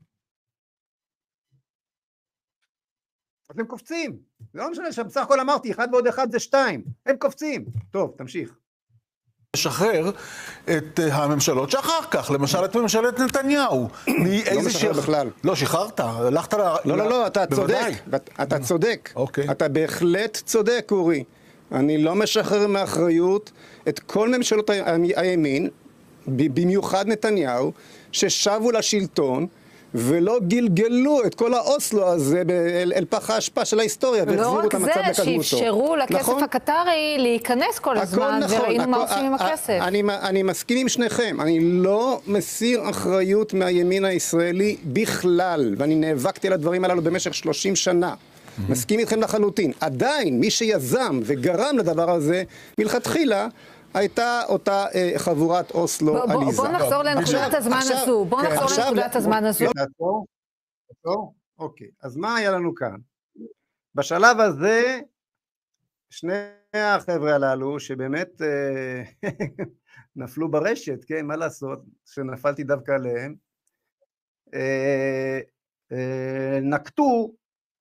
אז הם קופצים, זה לא משנה שבסך הכל אמרתי, 1 ועוד 1 זה 2, הם קופצים. טוב, תמשיך. לשחרר את הממשלות שאחר כך, למשל את ממשלת נתניהו. לא משחרר בכלל. לא, שחררת, הלכת לא, אתה צודק, אתה צודק. אתה בהחלט צודק, אורי. אני לא משחרר מאחריות את כל ממשלות הימין, במיוחד נתניהו, ששבו לשלטון, ולא גלגלו את כל האוסלו הזה אל פח ההשפעה של ההיסטוריה, והחזירו את המצב לקדמותו. לא רק זה, שאפשרו לכסף הקטרי להיכנס כל הזמן, וראינו מה עושים עם הכסף. אני מסכים עם שניכם, אני לא מסיר אחריות מהימין הישראלי בכלל, ואני נאבקתי על הדברים הללו במשך 30 שנה. מסכים איתכם לחלוטין. עדיין, מי שיזם וגרם לדבר הזה, מלכתחילה, הייתה אותה חבורת אוסלו עליזה. בוא נחזור לנקודת הזמן הזו. בוא נחזור לנקודת הזמן הזו. עצור. אוקיי, אז מה היה לנו כאן? בשלב הזה, שני החבר'ה הללו שבאמת נפלו ברשת, כן, מה לעשות, שנפלתי דווקא עליהם, נקטו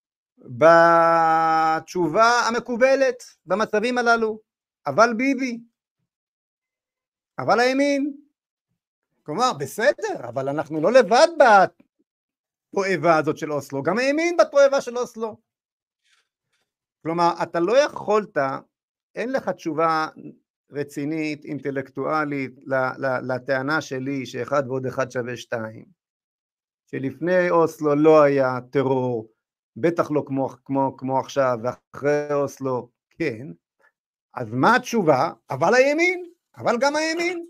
בתשובה המקובלת במצבים הללו, אבל ביבי, אבל הימין. כלומר, בסדר, אבל אנחנו לא לבד בתועבה הזאת של אוסלו, גם הימין בתועבה של אוסלו. כלומר, אתה לא יכולת, אין לך תשובה רצינית, אינטלקטואלית, לטענה שלי שאחד ועוד אחד שווה 2, שלפני אוסלו לא היה טרור, בטח לא כמו עכשיו, ואחרי אוסלו כן. אז מה התשובה? אבל הימין, אבל גם הימין.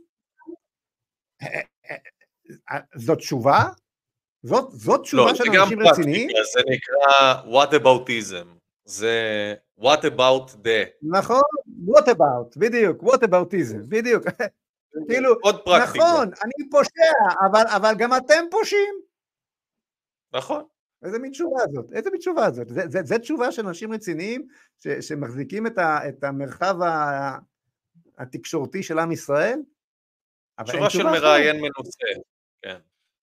זאת תשובה? זאת תשובה של אנשים רציניים? זה נקרא what aboutism. זה what about the. נכון, what about, בדיוק, what aboutism, בדיוק. כאילו, נכון, אני פושע, אבל גם אתם פושעים. נכון. איזה מין תשובה הזאת? איזה מין תשובה הזאת? זה תשובה של אנשים רציניים שמחזיקים את המרחב התקשורתי של עם ישראל? תשובה של מראיין מנוסה, כן.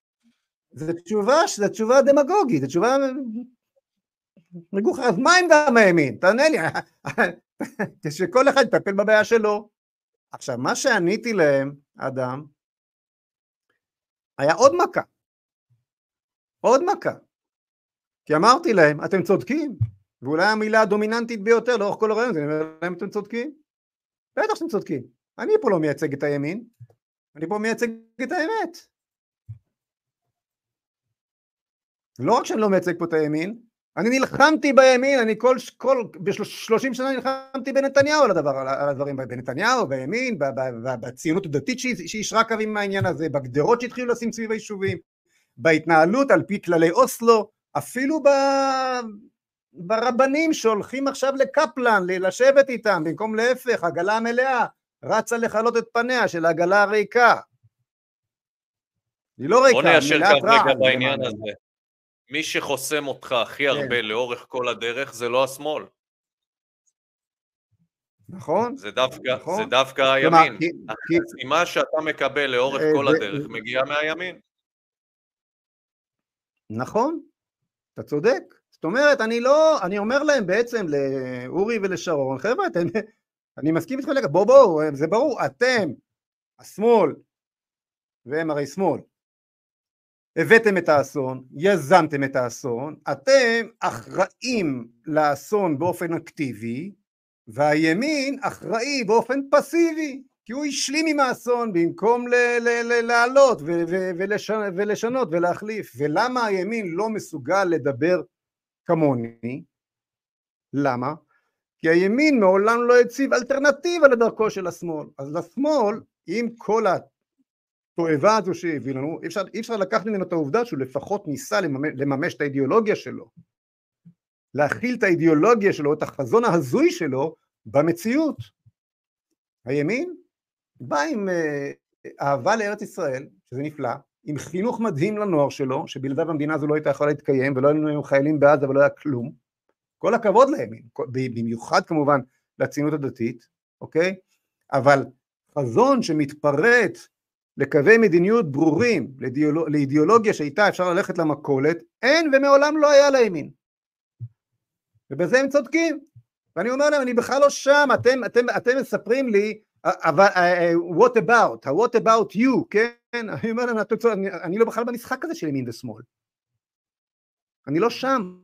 זו תשובה דמגוגית, זו תשובה מגוחכת. אז מה אם גם הימין? תענה לי, שכל אחד יטפל בבעיה שלו. עכשיו, מה שעניתי להם, אדם, היה עוד מכה. עוד מכה. כי אמרתי להם, אתם צודקים, ואולי המילה הדומיננטית ביותר לאורך כל הרעיון, זה אומר להם, אתם צודקים. בטח שאתם צודקים. אני פה לא מייצג את הימין, אני פה מייצג את האמת. לא רק שאני לא מייצג פה את הימין, אני נלחמתי בימין, אני ב-30 שנה נלחמתי בנתניהו על הדברים, בנתניהו, בימין, בציונות הדתית שישרה קווים מהעניין הזה, בגדרות שהתחילו לשים סביב היישובים, בהתנהלות על פי כללי אוסלו, אפילו ברבנים שהולכים עכשיו לקפלן, לשבת איתם, במקום להפך, עגלה מלאה, רצה לחלות את פניה של העגלה הריקה. היא לא ריקה, בוא ניישר מלאת רגע בעניין הזה. מי שחוסם אותך הכי הרבה לאורך כל הדרך זה לא השמאל. נכון. זה דווקא הימין. החסימה שאתה מקבל לאורך כל הדרך מגיעה מהימין. נכון, אתה צודק. זאת אומרת, אני אומר להם בעצם, לאורי ולשרון, חבר'ה, אני מסכים איתכם לגמרי, בואו, זה ברור, אתם, השמאל, והם הרי שמאל, הבאתם את האסון, יזמתם את האסון, אתם אחראים לאסון באופן אקטיבי, והימין אחראי באופן פסיבי, כי הוא השלים עם האסון במקום לעלות ולשנות ולהחליף. ולמה הימין לא מסוגל לדבר כמוני? למה? כי הימין מעולם לא הציב אלטרנטיבה לדרכו של השמאל. אז לשמאל, עם כל התועבה הזו שהביא לנו, אי אפשר לקחת ממנו את העובדה שהוא לפחות ניסה לממש את האידיאולוגיה שלו, להכיל את האידיאולוגיה שלו, את החזון ההזוי שלו במציאות. הימין בא עם אהבה לארץ ישראל, שזה נפלא, עם חינוך מדהים לנוער שלו, שבלעדיו המדינה הזו לא הייתה יכולה להתקיים, ולא היינו חיילים בעזה ולא היה כלום. כל הכבוד לימין, במיוחד כמובן לציונות הדתית, אוקיי? אבל חזון שמתפרט לקווי מדיניות ברורים, לאידיאולוגיה שהייתה אפשר ללכת למכולת, אין ומעולם לא היה לימין. ובזה הם צודקים. ואני אומר להם, אני בכלל לא שם, אתם מספרים לי, אבל what about you, כן? אני אומר להם, אני לא בכלל במשחק הזה של ימין ושמאל. אני לא שם.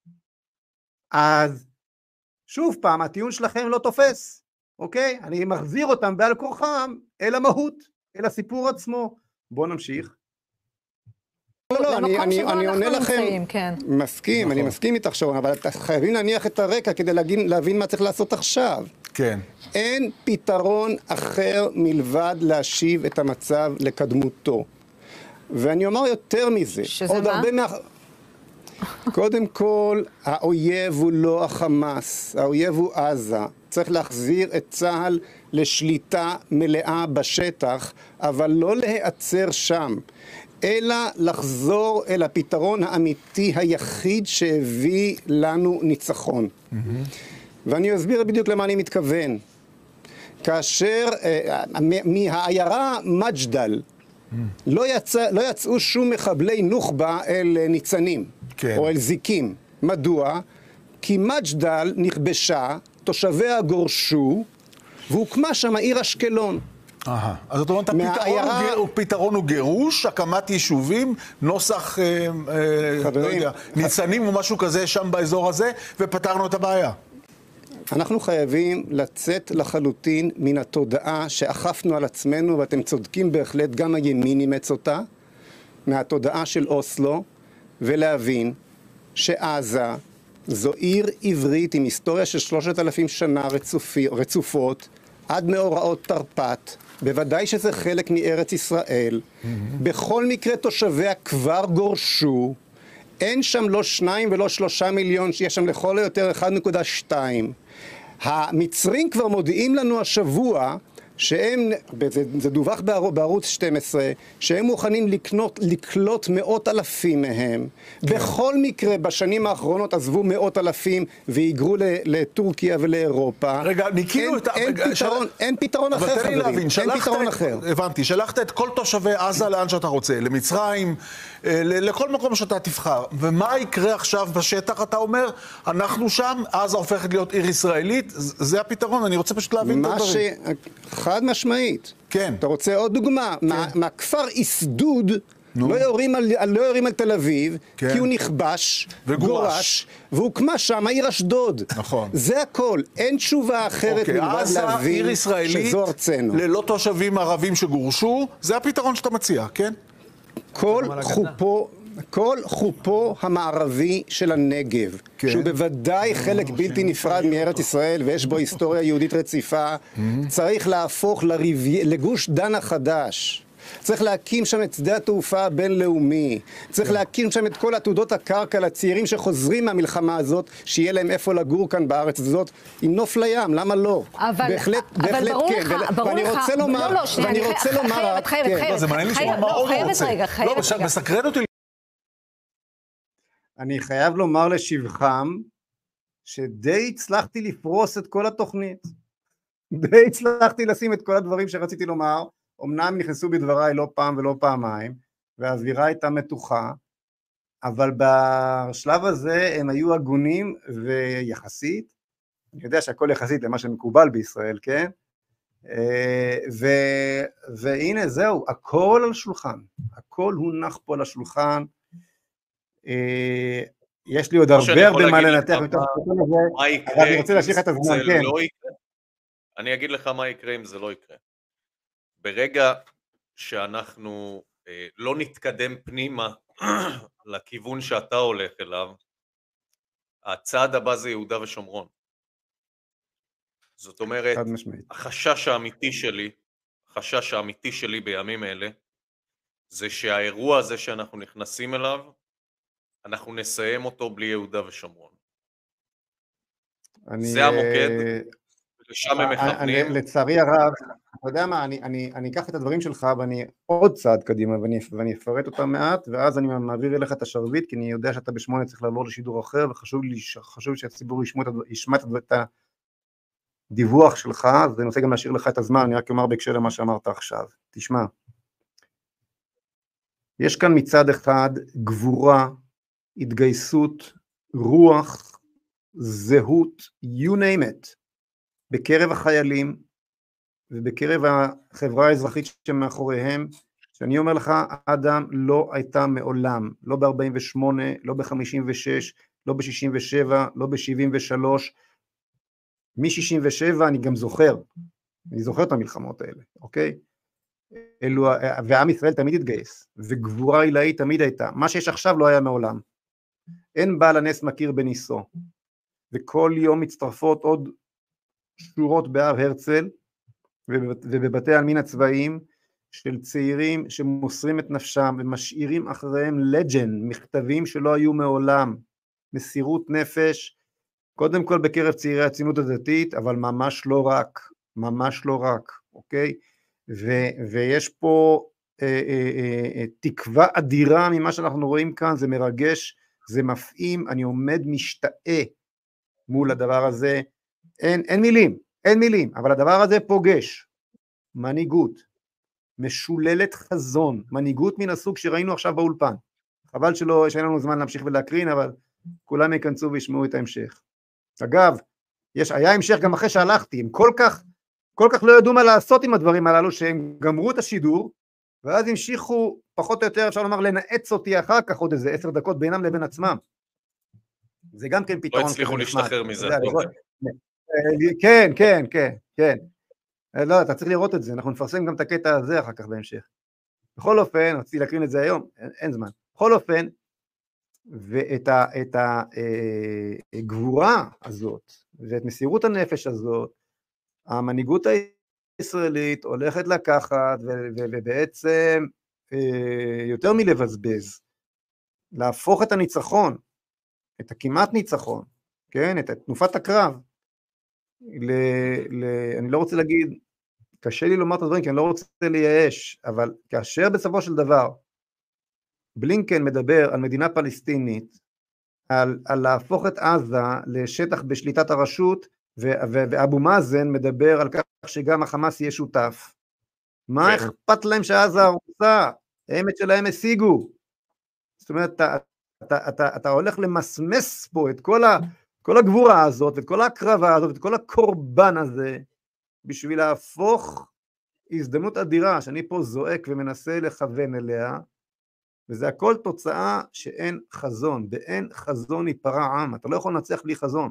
אז שוב פעם, הטיעון שלכם לא תופס, אוקיי? אני מחזיר אותם בעל כורחם אל המהות, אל הסיפור עצמו. בואו נמשיך. לא, אני עונה לכם, מסכים, אני מסכים איתך שרון, אבל חייבים להניח את הרקע כדי להבין מה צריך לעשות עכשיו. כן. אין פתרון אחר מלבד להשיב את המצב לקדמותו. ואני אומר יותר מזה. שזה מה? קודם כל, האויב הוא לא החמאס, האויב הוא עזה. צריך להחזיר את צה"ל לשליטה מלאה בשטח, אבל לא להיעצר שם, אלא לחזור אל הפתרון האמיתי היחיד שהביא לנו ניצחון. ואני אסביר בדיוק למה אני מתכוון. כאשר מהעיירה מג'דל לא יצאו שום מחבלי נוח'בה אל ניצנים, כן. או אל זיקים. מדוע? כי מג'דל נכבשה, תושביה גורשו, והוקמה שם העיר אשקלון. אז זאת אומרת, הפתרון הוא גירוש, הקמת יישובים, נוסח, לא יודע, ניצנים או משהו כזה שם באזור הזה, ופתרנו את הבעיה. אנחנו חייבים לצאת לחלוטין מן התודעה שאכפנו על עצמנו, ואתם צודקים בהחלט, גם הימין אימץ אותה, מהתודעה של אוסלו, ולהבין שעזה זו עיר עברית עם היסטוריה של 3,000 שנה רצופות, עד מאורעות תרפ"ט, בוודאי שזה חלק מארץ ישראל. בכל מקרה תושביה כבר גורשו, אין שם לא 2 ולא 3 מיליון, שיש שם לכל היותר 1.2. המצרים כבר מודיעים לנו השבוע שהם, זה דווח בערוץ 12, שהם מוכנים לקלוט 100,000 מהם. בכל מקרה בשנים האחרונות עזבו 100,000 והיגרו לטורקיה ולאירופה. רגע, ניקינו את... אין פתרון אחר, חברים. אין פתרון אחר. הבנתי, שלחת את כל תושבי עזה לאן שאתה רוצה, למצרים, לכל מקום שאתה תבחר. ומה יקרה עכשיו בשטח, אתה אומר? אנחנו שם, עזה הופכת להיות עיר ישראלית, זה הפתרון, אני רוצה פשוט להבין את הדברים. חד משמעית. כן. אתה רוצה עוד דוגמה? מהכפר איסדוד לא יורים על תל אביב, כי הוא נכבש, גורש, והוקמה שם העיר אשדוד. נכון. זה הכל. אין תשובה אחרת מלבד להבין שזו ארצנו. ללא תושבים ערבים שגורשו, זה הפתרון שאתה מציע, כן? כל חופו המערבי של הנגב, שהוא בוודאי חלק בלתי נפרד מארץ ישראל ויש בו היסטוריה יהודית רציפה, צריך להפוך לגוש דן החדש. צריך להקים שם את שדה התעופה הבינלאומי, צריך להקים שם את כל עתודות הקרקע לצעירים שחוזרים מהמלחמה הזאת, שיהיה להם איפה לגור כאן בארץ הזאת, עם נוף לים, למה לא? בהחלט כן. ואני רוצה לומר, זה מעניין לשמוע מה עוד הוא רוצה. לא, מסקרן אותי. אני חייב לומר לשבחם, שדי הצלחתי לפרוס את כל התוכנית. די הצלחתי לשים את כל הדברים שרציתי לומר, אמנם נכנסו בדבריי לא פעם ולא פעמיים, והאווירה הייתה מתוחה, אבל בשלב הזה הם היו הגונים ויחסית, אני יודע שהכל יחסית למה שמקובל בישראל, כן? והנה זהו, הכל על שולחן, הכל הונח פה על השולחן, יש לי עוד הרבה מה לנתח מתוך הסרטון הזה, אבל אני רוצה להשליך את הזמן, כן. אני אגיד לך מה יקרה אם זה לא יקרה. ברגע שאנחנו לא נתקדם פנימה לכיוון שאתה הולך אליו, הצעד הבא זה יהודה ושומרון. זאת אומרת, החשש האמיתי שלי בימים אלה, זה שהאירוע הזה שאנחנו נכנסים אליו, אנחנו נסיים אותו בלי יהודה ושומרון. זה המוקד, ושם הם מכוונים. לצערי הרב, אתה יודע מה, אני אקח את הדברים שלך ואני עוד צעד קדימה ואני אפרט אותם מעט, ואז אני מעביר אליך את השרביט, כי אני יודע שאתה ב8 צריך לעבור לשידור אחר, וחשוב לי שהציבור ישמע את הדיווח שלך, אז אני רוצה גם להשאיר לך את הזמן, אני רק אומר בהקשר למה שאמרת עכשיו. תשמע, יש כאן מצד אחד גבורה, התגייסות, רוח, זהות, you name it, בקרב החיילים ובקרב החברה האזרחית שמאחוריהם, שאני אומר לך, אדם לא הייתה מעולם, לא ב-48, לא ב-56, לא ב-67, לא ב-73, מ-67 אני גם זוכר, אני זוכר את המלחמות האלה, אוקיי? ועם ישראל תמיד התגייס, וגבורה עילאית תמיד הייתה, מה שיש עכשיו לא היה מעולם, אין בעל הנס מכיר בניסו, וכל יום מצטרפות עוד שורות בהר הרצל, ובבתי העלמין הצבאיים, של צעירים שמוסרים את נפשם, ומשאירים אחריהם לג'נד, מכתבים שלא היו מעולם, מסירות נפש, קודם כל בקרב צעירי הציונות הדתית, אבל ממש לא רק, אוקיי? ויש פה תקווה אדירה ממה שאנחנו רואים כאן, זה מרגש, זה מפעים, אני עומד משתאה מול הדבר הזה, אין מילים, אבל הדבר הזה פוגש מנהיגות, משוללת חזון, מנהיגות מן הסוג שראינו עכשיו באולפן, חבל שאין לנו זמן להמשיך ולהקרין, אבל כולם ייכנסו וישמעו את ההמשך. אגב, היה המשך גם אחרי שהלכתי, הם כל כך לא ידעו מה לעשות עם הדברים הללו, שהם גמרו את השידור, ואז המשיכו פחות או יותר, אפשר לומר, לנעץ אותי אחר כך עוד איזה 10 דקות בינם לבין עצמם. זה גם כן פתרון. לא הצליחו להשתחרר מזה. כן. לא, אתה צריך לראות את זה, אנחנו נפרסם גם את הקטע הזה אחר כך בהמשך. בכל אופן, רציתי להקרין את זה היום, אין זמן. בכל אופן, ואת הגבורה הזאת, ואת מסירות הנפש הזאת, המנהיגות הישראלית הולכת לקחת, ובעצם יותר מלבזבז, להפוך את הניצחון, את הכמעט ניצחון, כן, את תנופת הקרב, אני לא רוצה להגיד, קשה לי לומר את הדברים, כי אני לא רוצה לייאש, אבל כאשר בסופו של דבר, בלינקן מדבר על מדינה פלסטינית, על להפוך את עזה לשטח בשליטת הרשות, ואבו מאזן מדבר על כך שגם החמאס יהיה שותף. מה אכפת להם שעזה הרוסה? האמת שלהם השיגו. זאת אומרת, אתה הולך למסמס פה את כל הגבורה הזאת, ואת כל ההקרבה הזאת, ואת כל הקורבן הזה, בשביל להפוך הזדמנות אדירה, שאני פה זועק ומנסה לכוון אליה, וזה הכל תוצאה שאין חזון, באין חזון ייפרע עם, אתה לא יכול לנצח בלי חזון.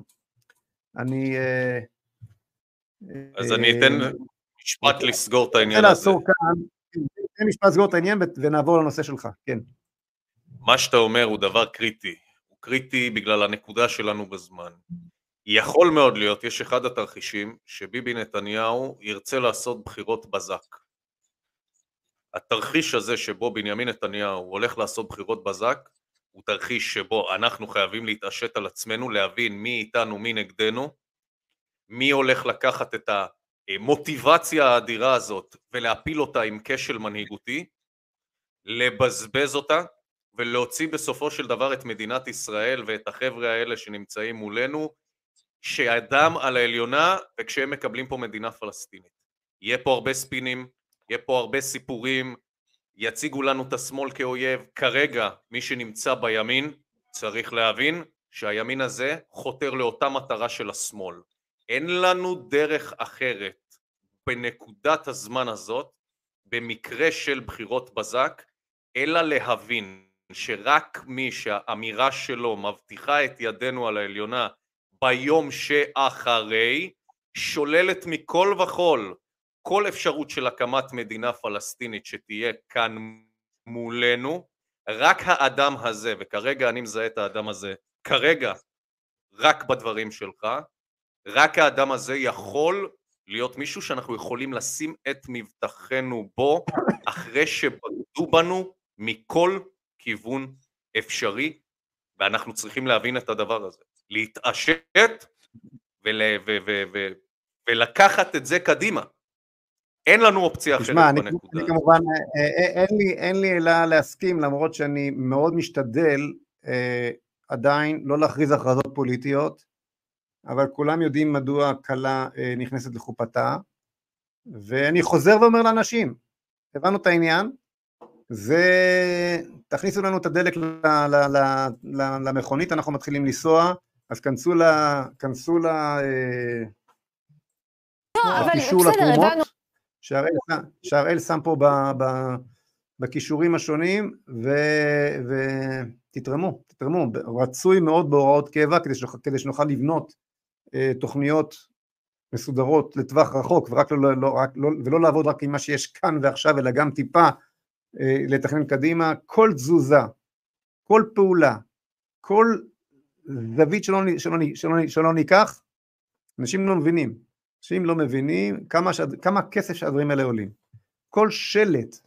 אז אני אתן משפט לסגור את העניין הזה. ניתן משפט לסגור את העניין ונעבור לנושא שלך, כן. מה שאתה אומר הוא דבר קריטי, הוא קריטי בגלל הנקודה שלנו בזמן. יכול מאוד להיות, יש אחד התרחישים שביבי נתניהו ירצה לעשות בחירות בזק. התרחיש הזה שבו בנימין נתניהו הולך לעשות בחירות בזק, הוא תרחיש שבו אנחנו חייבים להתעשת על עצמנו, להבין מי איתנו, מי נגדנו, מי הולך לקחת את המוטיבציה האדירה הזאת ולהפיל אותה עם כשל מנהיגותי, לבזבז אותה ולהוציא בסופו של דבר את מדינת ישראל ואת החבר'ה האלה שנמצאים מולנו, שהאדם על העליונה וכשהם מקבלים פה מדינה פלסטינית. יהיה פה הרבה ספינים, יהיה פה הרבה סיפורים, יציגו לנו את השמאל כאויב. כרגע מי שנמצא בימין צריך להבין שהימין הזה חותר לאותה מטרה של השמאל. אין לנו דרך אחרת בנקודת הזמן הזאת, במקרה של בחירות בזק, אלא להבין שרק מי שהאמירה שלו מבטיחה את ידנו על העליונה ביום שאחרי, שוללת מכל וכל כל אפשרות של הקמת מדינה פלסטינית שתהיה כאן מולנו. רק האדם הזה, וכרגע אני מזהה את האדם הזה, כרגע רק בדברים שלך, רק האדם הזה יכול להיות מישהו שאנחנו יכולים לשים את מבטחנו בו, אחרי שבגדו בנו מכל כיוון אפשרי, ואנחנו צריכים להבין את הדבר הזה, להתעשת ולקחת את זה קדימה. אין לנו אופציה אחרת בנקודה. אני כמובן, אין לי אלא להסכים, למרות שאני מאוד משתדל עדיין לא להכריז הכרזות פוליטיות, אבל כולם יודעים מדוע כלה נכנסת לחופתה, ואני חוזר ואומר לאנשים, הבנו את העניין, תכניסו לנו את הדלק למכונית, אנחנו מתחילים לנסוע, אז כנסו לקישור לתרומות, שהראל שם פה בכישורים השונים, ותתרמו, רצוי מאוד בהוראות קבע, כדי שנוכל לבנות תוכניות מסודרות לטווח רחוק, ולא לעבוד רק עם מה שיש כאן ועכשיו, אלא גם טיפה לתכנן קדימה. כל תזוזה, כל פעולה, כל זווית שלא ניקח, אנשים לא מבינים כמה כסף שהדברים האלה עולים. כל שלט,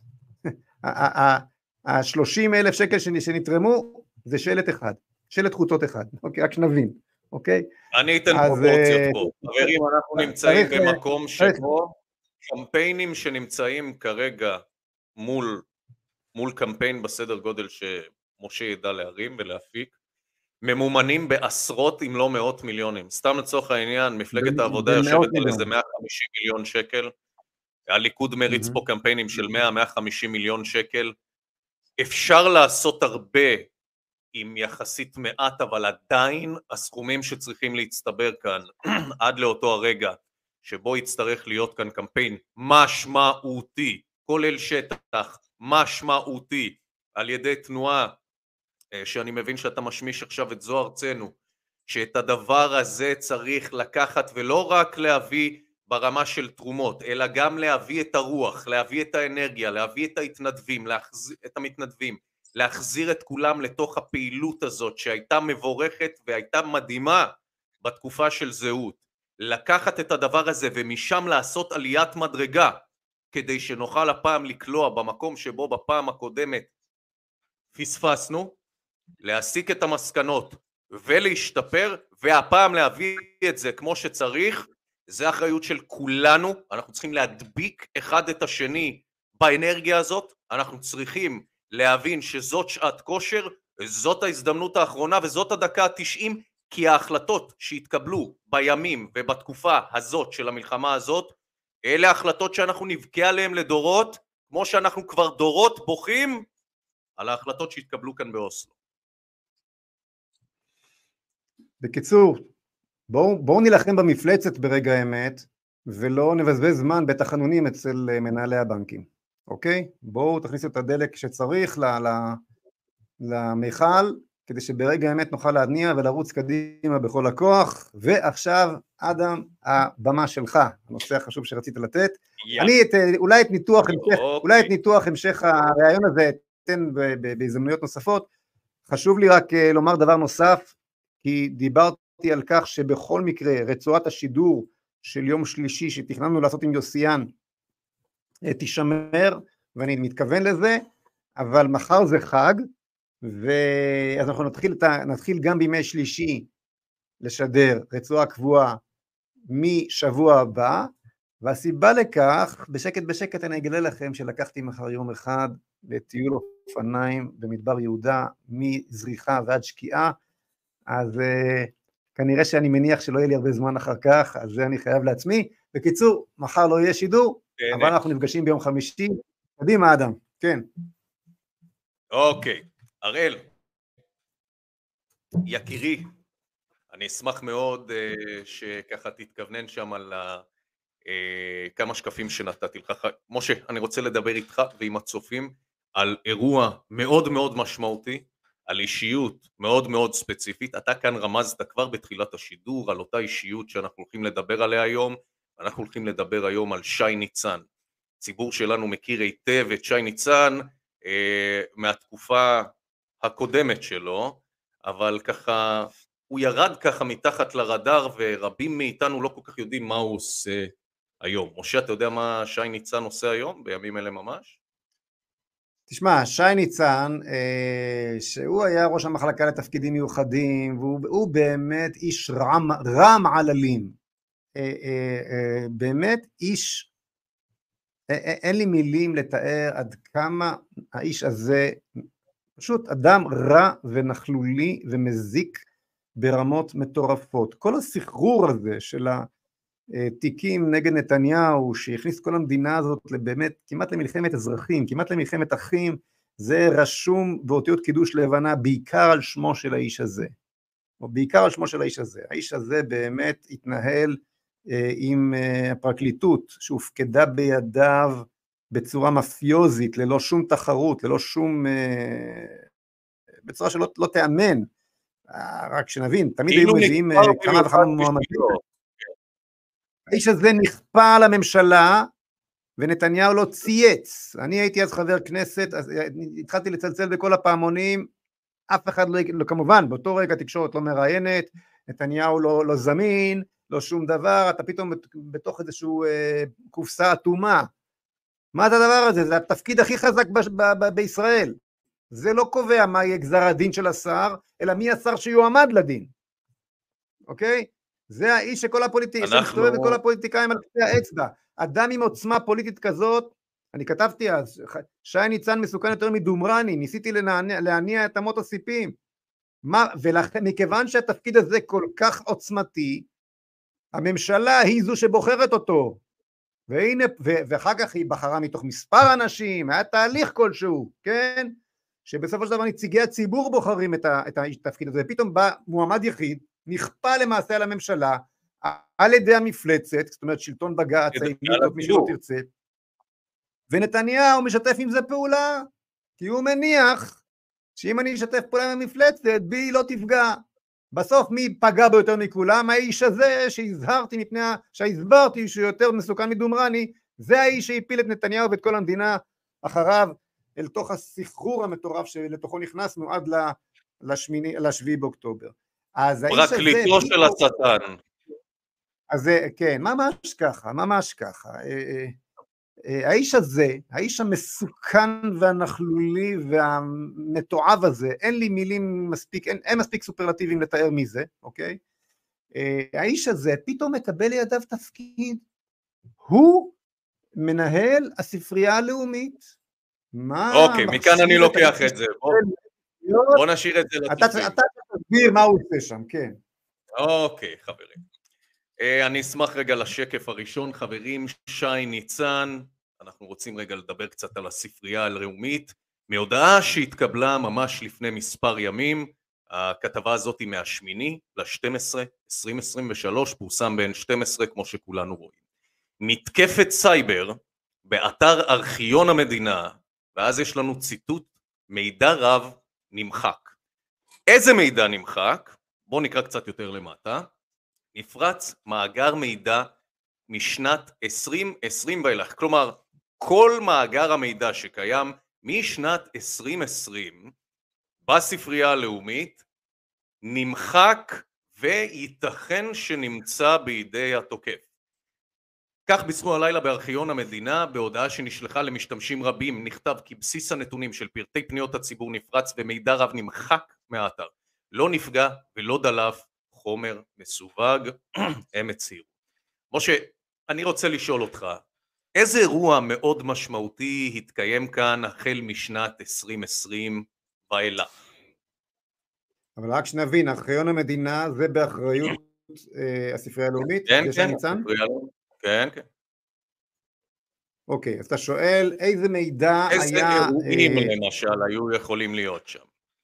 ה-30,000 שקל שנתרמו, זה שלט אחד, שלט חוצות אחד, אוקיי? רק שנבין, אוקיי? אני אתן אז, פרופורציות פה. חברים, אנחנו נמצאים צריך, במקום צריך. שבו קמפיינים שנמצאים כרגע מול קמפיין בסדר גודל שמשה ידע להרים ולהפיק, ממומנים בעשרות אם לא מאות מיליונים. סתם לצורך העניין, מפלגת העבודה במאות יושבת על מיליונים. איזה 150 מיליון שקל, הליכוד מריץ פה קמפיינים של 100-150 מיליון שקל. אפשר לעשות הרבה עם יחסית מעט, אבל עדיין הסכומים שצריכים להצטבר כאן עד לאותו הרגע שבו יצטרך להיות כאן קמפיין משמעותי, כולל שטח משמעותי, על ידי תנועה שאני מבין שאתה משמיש עכשיו את זו ארצנו, שאת הדבר הזה צריך לקחת ולא רק להביא ברמה של תרומות, אלא גם להביא את הרוח, להביא את האנרגיה, להביא את המתנדבים, להחזיר את כולם לתוך הפעילות הזאת שהייתה מבורכת והייתה מדהימה בתקופה של זהות, לקחת את הדבר הזה ומשם לעשות עליית מדרגה, כדי שנוכל הפעם לקלוע במקום שבו בפעם הקודמת פספסנו, להסיק את המסקנות ולהשתפר, והפעם להביא את זה כמו שצריך. זה אחריות של כולנו, אנחנו צריכים להדביק אחד את השני באנרגיה הזאת, אנחנו צריכים להבין שזאת שעת כושר, זאת ההזדמנות האחרונה וזאת הדקה ה-90, כי ההחלטות שהתקבלו בימים ובתקופה הזאת של המלחמה הזאת, אלה החלטות שאנחנו נבכה עליהן לדורות, כמו שאנחנו כבר דורות בוכים על ההחלטות שהתקבלו כאן באוסלו. בקיצור, בואו נילחם במפלצת ברגע האמת, ולא נבזבז זמן בתחנונים אצל מנהלי הבנקים, אוקיי? בואו תכניסו את הדלק שצריך למיכל, כדי שברגע האמת נוכל להניע ולרוץ קדימה בכל הכוח. ועכשיו, אדם, הבמה שלך, הנושא החשוב שרצית לתת. אני אולי את ניתוח המשך הרעיון הזה אתן בהזדמנויות נוספות. חשוב לי רק לומר דבר נוסף, כי דיברתי על כך שבכל מקרה רצועת השידור של יום שלישי שתכננו לעשות עם יוסיאן תישמר, ואני מתכוון לזה, אבל מחר זה חג, ואז אנחנו נתחיל גם בימי שלישי לשדר רצועה קבועה משבוע הבא, והסיבה לכך, בשקט אני אגלה לכם שלקחתי מחר יום אחד לטיול אופניים במדבר יהודה, מזריחה ועד שקיעה, אז כנראה שאני מניח שלא יהיה לי הרבה זמן אחר כך, אז זה אני חייב לעצמי. בקיצור, מחר לא יהיה שידור, אבל אנחנו נפגשים ביום חמישי. קדימה אדם, כן. אוקיי, הראל, יקירי, אני אשמח מאוד שככה תתכוונן שם על כמה שקפים שנתתי לך. משה, אני רוצה לדבר איתך ועם הצופים על אירוע מאוד מאוד משמעותי, על אישיות מאוד מאוד ספציפית. אתה כאן רמזת כבר בתחילת השידור על אותה אישיות שאנחנו הולכים לדבר עליה היום. אנחנו הולכים לדבר היום על שי ניצן. הציבור שלנו מכיר היטב את שי ניצן מהתקופה הקודמת שלו, אבל ככה הוא ירד ככה מתחת לרדאר, ורבים מאיתנו לא כל כך יודעים מה הוא עושה היום. משה, אתה יודע מה שי ניצן עושה היום, בימים אלה ממש? תשמע, שי ניצן, שהוא היה ראש המחלקה לתפקידים מיוחדים, והוא באמת איש רם עללים, באמת איש, אין לי מילים לתאר עד כמה האיש הזה, פשוט אדם רע ונחלולי ומזיק ברמות מטורפות. כל הסחרור הזה של התיקים נגד נתניהו, שהכניס כל המדינה הזאת באמת כמעט למלחמת אזרחים, כמעט למלחמת אחים, זה רשום באותיות קידוש לבנה בעיקר על שמו של האיש הזה. או בעיקר על שמו של האיש הזה. האיש הזה באמת התנהל עם הפרקליטות שהופקדה בידיו בצורה מאפיוזית, ללא שום תחרות, ללא שום, בצורה שלא תאמן. רק שנבין, תמיד היו מביאים כמה וכמה מועמדים. האיש הזה נכפה על הממשלה, ונתניהו לא צייץ. אני הייתי אז חבר כנסת, אז התחלתי לצלצל בכל הפעמונים, אף אחד לא, כמובן, באותו רגע התקשורת לא מראיינת, נתניהו לא זמין, לא שום דבר, אתה פתאום בתוך איזשהו קופסה אטומה. מה זה הדבר הזה? זה התפקיד הכי חזק בישראל. זה לא קובע מה יהיה גזר הדין של השר, אלא מי השר שיועמד לדין. אוקיי? זה האיש שכל אנחנו- שמסתובב את כל הפוליטיקאים על קצה האצבע. אדם עם עוצמה פוליטית כזאת, אני כתבתי אז, שי ניצן מסוכן יותר מדומרני, ניסיתי להניע את אמות הסיפים. מכיוון שהתפקיד הזה כל כך עוצמתי, הממשלה היא זו שבוחרת אותו. והנה, ואחר כך היא בחרה מתוך מספר אנשים, היה תהליך כלשהו, כן? שבסופו של דבר נציגי הציבור בוחרים את התפקיד הזה, ופתאום בא מועמד יחיד, נכפה למעשה על הממשלה, על ידי המפלצת, זאת אומרת שלטון בג"ץ, מי שלא תרצה, ונתניהו משתף עם זה פעולה, כי הוא מניח שאם אני אשתף פעולה עם המפלצת, בי לא תפגע. בסוף מי פגע בו יותר מכולם? האיש הזה שהסברתי שהוא יותר מסוכן מדומרני, זה האיש שהפיל את נתניהו ואת כל המדינה אחריו, אל תוך הסחרור המטורף שלתוכו נכנסנו עד לשביעי באוקטובר. פרקליטו של השטן. אז כן, ממש ככה. האיש הזה, האיש המסוכן והנכלולי והמתועב הזה, אין לי מילים מספיק, אין מספיק סופרלטיבים לתאר מזה, אוקיי? האיש הזה פתאום מקבל לידיו תפקיד, הוא מנהל הספרייה הלאומית. אוקיי, מכאן אני לוקח את זה, בוא נשאיר את זה לצופים. אתה תסביר מה הוא עושה שם, כן. אוקיי, חברים. אני אשמח רגע לשקף הראשון, חברים, שי ניצן, אנחנו רוצים רגע לדבר קצת על הספרייה הלאומית, מהודעה שהתקבלה ממש לפני מספר ימים, הכתבה הזאת היא מה-8/12/2023, פורסם בין 12 כמו שכולנו רואים. מתקפת סייבר באתר ארכיון המדינה, ואז יש לנו ציטוט, מידע רב נמחק. איזה מידע נמחק? בואו נקרא קצת יותר למטה. נפרץ מאגר מידע משנת 2020 ואילך, כלומר כל מאגר המידע שקיים משנת 2020 בספרייה הלאומית נמחק וייתכן שנמצא בידי התוקף. כך בישרו הלילה בארכיון המדינה בהודעה שנשלחה למשתמשים רבים, נכתב כי בסיס הנתונים של פרטי פניות הציבור נפרץ ומידע רב נמחק מהאתר, לא נפגע ולא דלף חומר מסווג, הם הצהירו. משה, אני רוצה לשאול אותך, איזה אירוע מאוד משמעותי התקיים כאן החל משנת 2020 ואילך? אבל רק שנבין, ארכיון המדינה זה באחריות הספרייה הלאומית? כן, כן. אוקיי, אז אתה שואל איזה מידע היה... איזה אירועים למשל היו יכולים להיות שם?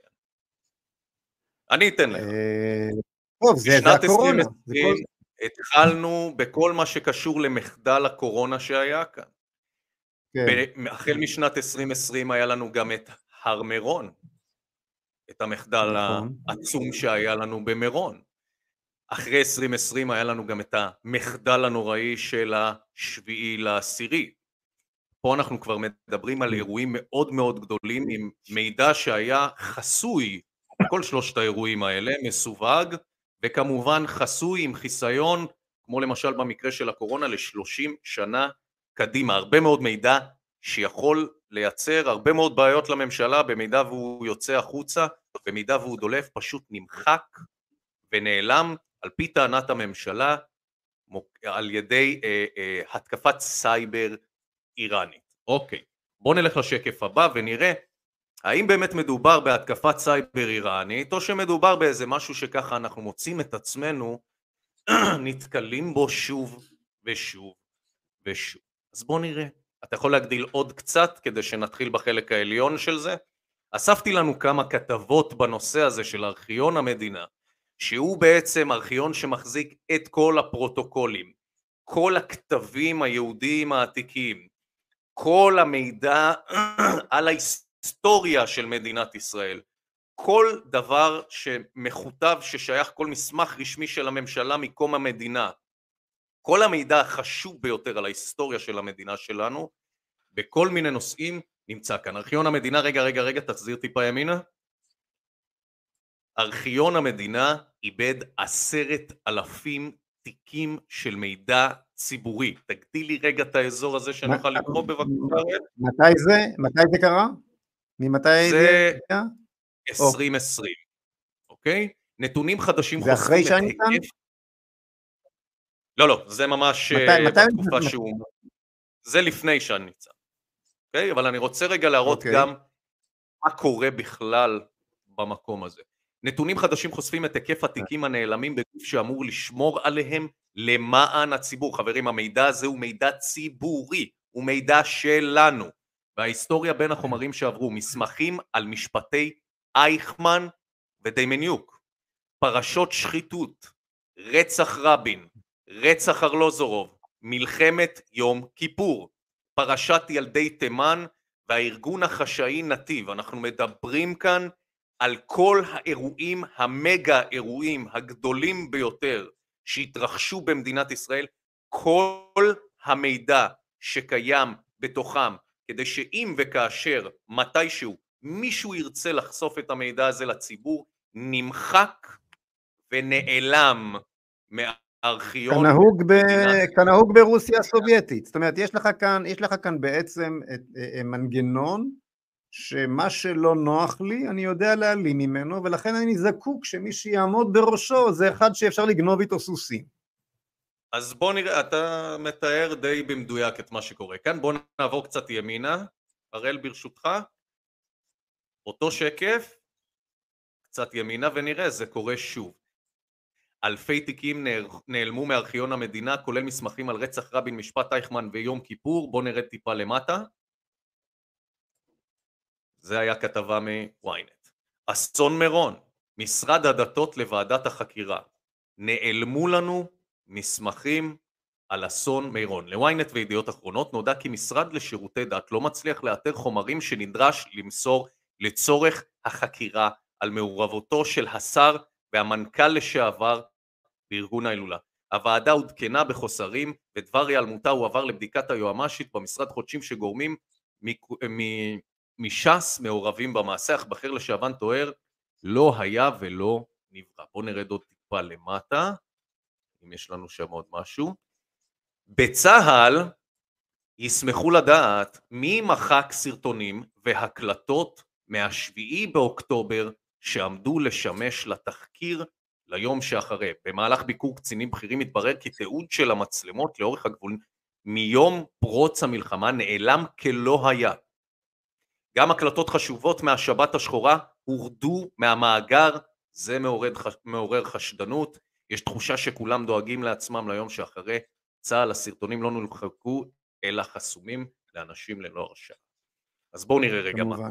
אני אתן לך. טוב, זה הקורונה. התחלנו בכל מה שקשור למחדל הקורונה שהיה כאן. החל משנת 2020 היה לנו גם את הר מירון, את המחדל העצום שהיה לנו במירון. אחרי 2020 היה לנו גם את המחדל הנוראי של השביעי לעשירי. פה אנחנו כבר מדברים על אירועים מאוד מאוד גדולים עם מידע שהיה חסוי, כל שלושת האירועים האלה, מסווג, וכמובן חסוי עם חיסיון, כמו למשל במקרה של הקורונה, ל-30 שנה קדימה. הרבה מאוד מידע שיכול לייצר הרבה מאוד בעיות לממשלה, במידה והוא יוצא החוצה, במידה והוא דולף, פשוט נמחק ונעלם, על פי טענת הממשלה, על ידי התקפת סייבר איראנית. אוקיי, בואו נלך לשקף הבא ונראה, האם באמת מדובר בהתקפת סייבר איראנית, או שמדובר באיזה משהו שככה אנחנו מוצאים את עצמנו, נתקלים בו שוב ושוב ושוב. אז בואו נראה. אתה יכול להגדיל עוד קצת כדי שנתחיל בחלק העליון של זה? אספתי לנו כמה כתבות בנושא הזה של ארכיון המדינה, שהוא בעצם ארכיון שמחזיק את כל הפרוטוקולים, כל הכתבים היהודיים העתיקים, כל המידע על ההיסטוריה של מדינת ישראל, כל דבר שמכותב ששייך, כל מסמך רשמי של הממשלה מקום המדינה, כל המידע החשוב ביותר על ההיסטוריה של המדינה שלנו, בכל מיני נושאים נמצא כאן. ארכיון המדינה, רגע, תחזיר טיפה ימינה. ארכיון המדינה איבד 10,000 תיקים של מידע ציבורי. תגדיל לי רגע את האזור הזה שאני אוכל לקרוא בבקשה. מתי זה קרה? ממתי זה 2020, אוקיי? נתונים חדשים זה אחרי שי ניצן? לא, זה ממש מתי- בתקופה שהוא... זה לפני שי ניצן. אוקיי? אבל אני רוצה רגע להראות אוקיי. גם מה קורה בכלל במקום הזה. נתונים חדשים חושפים את היקף התיקים הנעלמים בגוף שאמור לשמור עליהם למען הציבור. חברים, המידע הזה הוא מידע ציבורי, הוא מידע שלנו. וההיסטוריה בין החומרים שעברו, מסמכים על משפטי אייכמן ודיימניוק, פרשות שחיתות, רצח רבין, רצח ארלוזורוב, מלחמת יום כיפור, פרשת ילדי תימן והארגון החשאי נתיב. אנחנו מדברים כאן על כל האירועים, המגה אירועים הגדולים ביותר שהתרחשו במדינת ישראל, כל המידע שקיים בתוכם, כדי שאם וכאשר מתישהו מישהו ירצה לחשוף את המידע הזה לציבור, נמחק ונעלם מהארכיון. כנהוג ברוסיה הסובייטית. זאת אומרת, יש לך כאן בעצם מנגנון שמה שלא נוח לי, אני יודע להעלים ממנו, ולכן אני זקוק שמי שיעמוד בראשו זה אחד שאפשר לגנוב איתו סוסים. אז בוא נראה, אתה מתאר די במדויק את מה שקורה כאן. בוא נעבור קצת ימינה, הראל ברשותך, אותו שקף, קצת ימינה ונראה, זה קורה שוב. אלפי תיקים נעלמו מארכיון המדינה, כולל מסמכים על רצח רבין, משפט אייכמן ויום כיפור. בוא נרד טיפה למטה. זה היה כתבה מוויינט. אסון מירון, משרד הדתות לוועדת החקירה. נעלמו לנו מסמכים על אסון מירון. לוויינט וידיעות אחרונות נודע כי משרד לשירותי דת לא מצליח לאתר חומרים שנדרש למסור לצורך החקירה על מעורבותו של השר והמנכ"ל לשעבר בארגון ההילולה. הוועדה עודכנה בחוסרים ודבר היעלמותה הועבר לבדיקת היועמ"שית במשרד. חודשים שגורמים מש"ס מעורבים במעשה, אך בכיר לשעבר טוער לא היה ולא נברא. בוא נרד עוד טיפה למטה, אם יש לנו שם עוד משהו. בצה"ל ישמחו לדעת מי מחק סרטונים והקלטות מה7 באוקטובר שעמדו לשמש לתחקיר ליום שאחרי. במהלך ביקור קצינים בכירים התברר כי תיעוד של המצלמות לאורך הגבול מיום פרוץ המלחמה נעלם כלא היה. גם הקלטות חשובות מהשבת השחורה הורדו מהמאגר. זה מעורר חשדנות. יש תחושה שכולם דואגים לעצמם ליום שאחרי. צה"ל, הסרטונים לא נלחקו אלא חסומים לאנשים ללא הרשעה. אז בואו נראה רגע מה.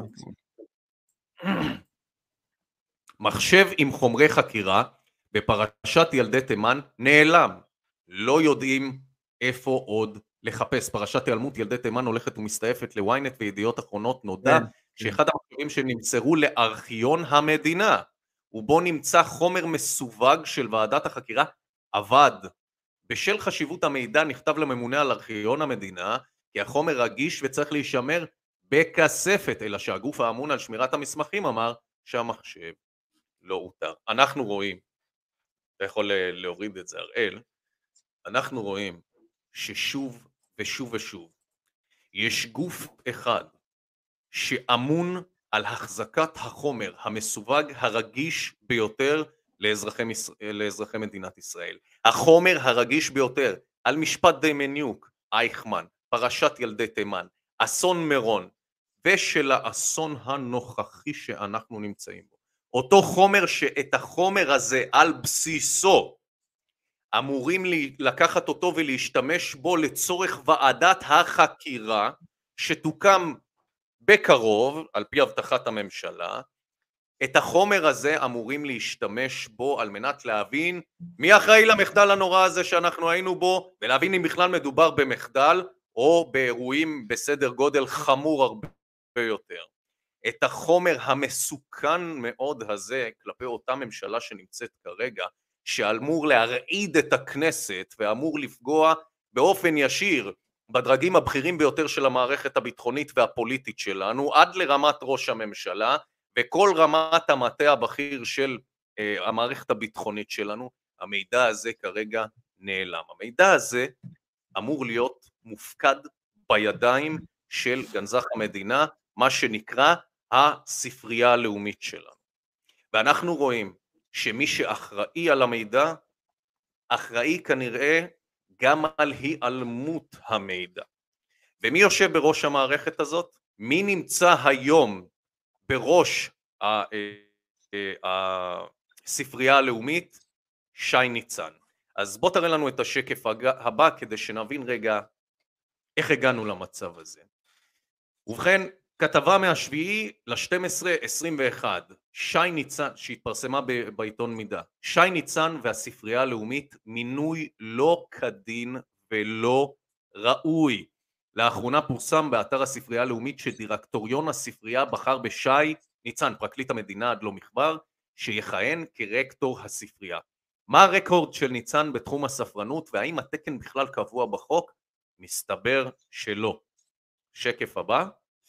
מחשב עם חומרי חקירה בפרשת ילדי תימן נעלם. לא יודעים איפה עוד לחפש. פרשת היעלמות ילדי תימן הולכת ומסתעפת. לוויינט וידיעות אחרונות נודע שאחד המחשבים שנמסרו לארכיון המדינה ובו נמצא חומר מסווג של ועדת החקירה עבד. בשל חשיבות המידע נכתב לממונה על ארכיון המדינה כי החומר רגיש וצריך להישמר בכספת, אלא שהגוף האמון על שמירת המסמכים אמר שהמחשב לא אותר. אנחנו רואים, אתה יכול להוריד את זה הראל, אנחנו רואים ששוב ושוב ושוב יש גוף אחד שאמון על החזקת החומר המסווג הרגיש ביותר לאזרחי מדינת ישראל. החומר הרגיש ביותר על משפט דיימניוק, אייכמן, פרשת ילדי תימן, אסון מירון ושל האסון הנוכחי שאנחנו נמצאים בו. אותו חומר שאת החומר הזה על בסיסו אמורים לקחת אותו ולהשתמש בו לצורך ועדת החקירה שתוקם בקרוב על פי הבטחת הממשלה. את החומר הזה אמורים להשתמש בו על מנת להבין מי אחראי למחדל הנורא הזה שאנחנו היינו בו, ולהבין אם בכלל מדובר במחדל או באירועים בסדר גודל חמור הרבה יותר. את החומר המסוכן מאוד הזה כלפי אותה ממשלה שנמצאת כרגע, שאמור להרעיד את הכנסת ואמור לפגוע באופן ישיר בדרגים הבכירים ביותר של המערכת הביטחונית והפוליטית שלנו, עד לרמת ראש הממשלה וכל רמת המטה הבכיר של המערכת הביטחונית שלנו. המידע הזה כרגע נעלם. המידע הזה אמור להיות מופקד בידיים של גנזך המדינה, מה שנקרא הספרייה הלאומית שלנו. ואנחנו רואים שמי שאחראי על המידע, אחראי כנראה גם על היעלמות המידע. ומי יושב בראש המערכת הזאת? מי נמצא היום בראש הספרייה הלאומית? שי ניצן. אז בוא תראה לנו את השקף הבא כדי שנבין רגע איך הגענו למצב הזה. ובכן, כתבה מה7/12/21, שי ניצן, שהתפרסמה בעיתון מידע, שי ניצן והספרייה הלאומית, מינוי לא כדין ולא ראוי. לאחרונה פורסם באתר הספרייה הלאומית שדירקטוריון הספרייה בחר בשי ניצן, פרקליט המדינה עד לא מכבר, שיכהן כרקטור הספרייה. מה הרקורד של ניצן בתחום הספרנות, והאם התקן בכלל קבוע בחוק? מסתבר שלא. שקף הבא.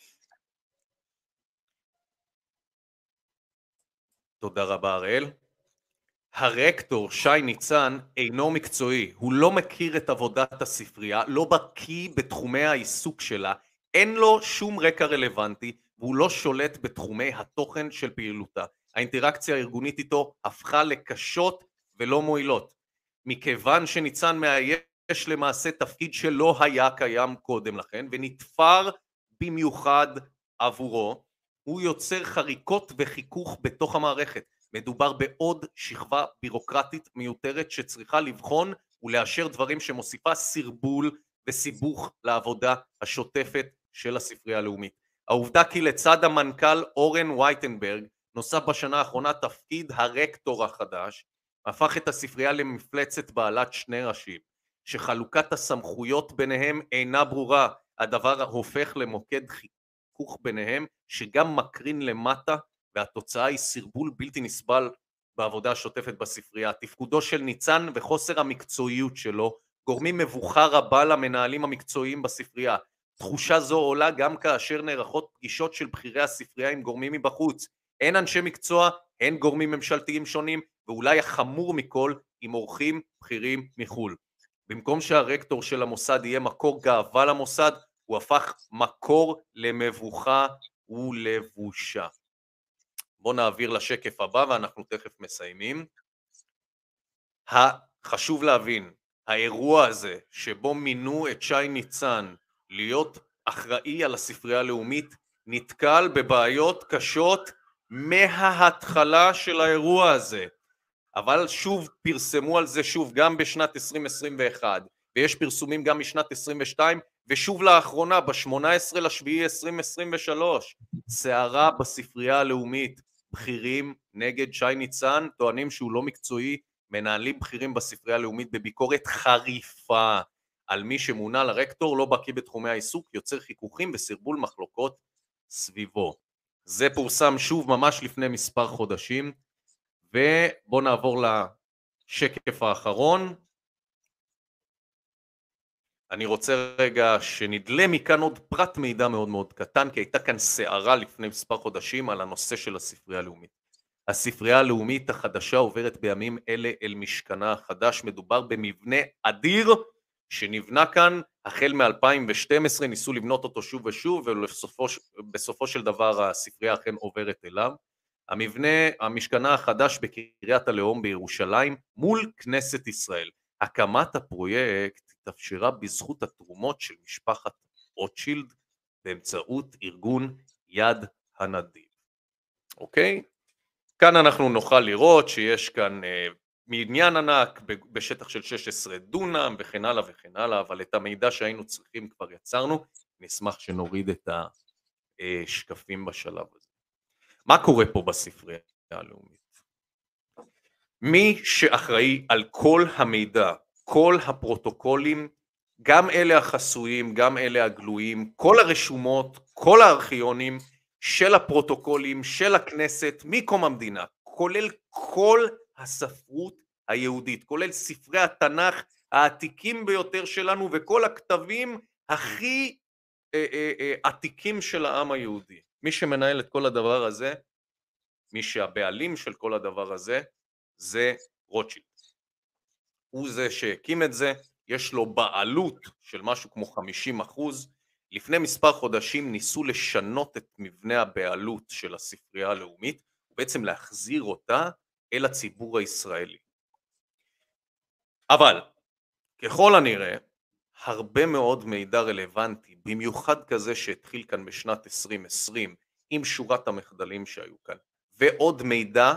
תודה רבה הראל. הרקטור שי ניצן אינו מקצועי, הוא לא מכיר את עבודת הספרייה, לא בקיא בתחומי העיסוק שלה, אין לו שום רקע רלוונטי, והוא לא שולט בתחומי התוכן של פעילותה. האינטראקציה הארגונית איתו הפכה לקשות ולא מועילות. מכיוון שניצן מאייש למעשה תפקיד שלא היה קיים קודם לכן, ונתפר במיוחד עבורו, הוא יוצר חריקות וחיכוך בתוך המערכת. מדובר בעוד שכבה בירוקרטית מיותרת שצריכה לבחון ולאשר דברים שמוסיפה סרבול וסיבוך לעבודה השוטפת של הספרייה הלאומית. העובדה כי לצד המנכ"ל אורן וייטנברג נוסף בשנה האחרונה תפקיד הרקטור החדש, הפך את הספרייה למפלצת בעלת שני ראשים, שחלוקת הסמכויות ביניהם אינה ברורה. הדבר הופך למוקד חיכוך ביניהם שגם מקרין למטה, והתוצאה היא סרבול בלתי נסבל בעבודה השוטפת בספרייה. תפקודו של ניצן וחוסר המקצועיות שלו גורמים מבוכה רבה למנהלים המקצועיים בספרייה. תחושה זו עולה גם כאשר נערכות פגישות של בכירי הספרייה עם גורמים מבחוץ. אין אנשי מקצוע, אין גורמים ממשלתיים שונים, ואולי החמור מכל עם אורחים בכירים מחול. במקום שהרקטור של המוסד יהיה מקור גאווה למוסד, הוא הפך מקור למבוכה ולבושה. בואו נעביר לשקף הבא ואנחנו תכף מסיימים. חשוב להבין, האירוע הזה שבו מינו את שי ניצן להיות אחראי על הספרייה הלאומית נתקל בבעיות קשות מההתחלה של האירוע הזה. אבל שוב פרסמו על זה שוב גם בשנת 2021, ויש פרסומים גם משנת 22, ושוב לאחרונה ב-18/7/2023, סערה בספרייה הלאומית, בכירים נגד שי ניצן, טוענים שהוא לא מקצועי, מנהלים בכירים בספרייה הלאומית בביקורת חריפה על מי שמונה לרקטור, לא בקיא בתחומי העיסוק, יוצר חיכוכים וסרבול מחלוקות סביבו. זה פורסם שוב ממש לפני מספר חודשים, ובואו נעבור לשקף האחרון. אני רוצה רגע שנדלה מכאן עוד פרט מידע מאוד מאוד קטן, כי הייתה כאן סערה לפני מספר חודשים על הנושא של הספרייה הלאומית. הספרייה הלאומית החדשה עוברת בימים אלה אל משכנה החדש. מדובר במבנה אדיר שנבנה כאן החל מ-2012, ניסו לבנות אותו שוב ושוב, ובסופו של דבר הספרייה אכן עוברת אליו. המשכנה החדש בקריית הלאום בירושלים מול כנסת ישראל. הקמת הפרויקט התאפשרה בזכות התרומות של משפחת רוטשילד באמצעות ארגון יד הנדיב. אוקיי? כאן אנחנו נוכל לראות שיש כאן מעניין ענק בשטח של 16 דונם וכן הלאה וכן הלאה, אבל את המידע שהיינו צריכים כבר יצרנו. נשמח שנוריד את השקפים בשלב הזה. מה קורה פה בספרייה הלאומית? מי שאחראי על כל המידע, כל הפרוטוקולים, גם אלה החסויים, גם אלה הגלויים, כל הרשומות, כל הארכיונים של הפרוטוקולים של הכנסת מקום המדינה, כולל כל הספרות היהודית, כולל ספרי התנ"ך העתיקים ביותר שלנו וכל הכתבים הכי עתיקים של העם היהודי. מי שמנהל את כל הדבר הזה, מי שהבעלים של כל הדבר הזה, זה רוטשילד. הוא זה שהקים את זה, יש לו בעלות של משהו כמו 50%. לפני מספר חודשים ניסו לשנות את מבנה הבעלות של הספרייה הלאומית, ובעצם להחזיר אותה אל הציבור הישראלי. אבל ככל הנראה, הרבה מאוד מידע רלוונטי, במיוחד כזה שהתחיל כאן בשנת 2020, עם שורת המחדלים שהיו כאן, ועוד מידע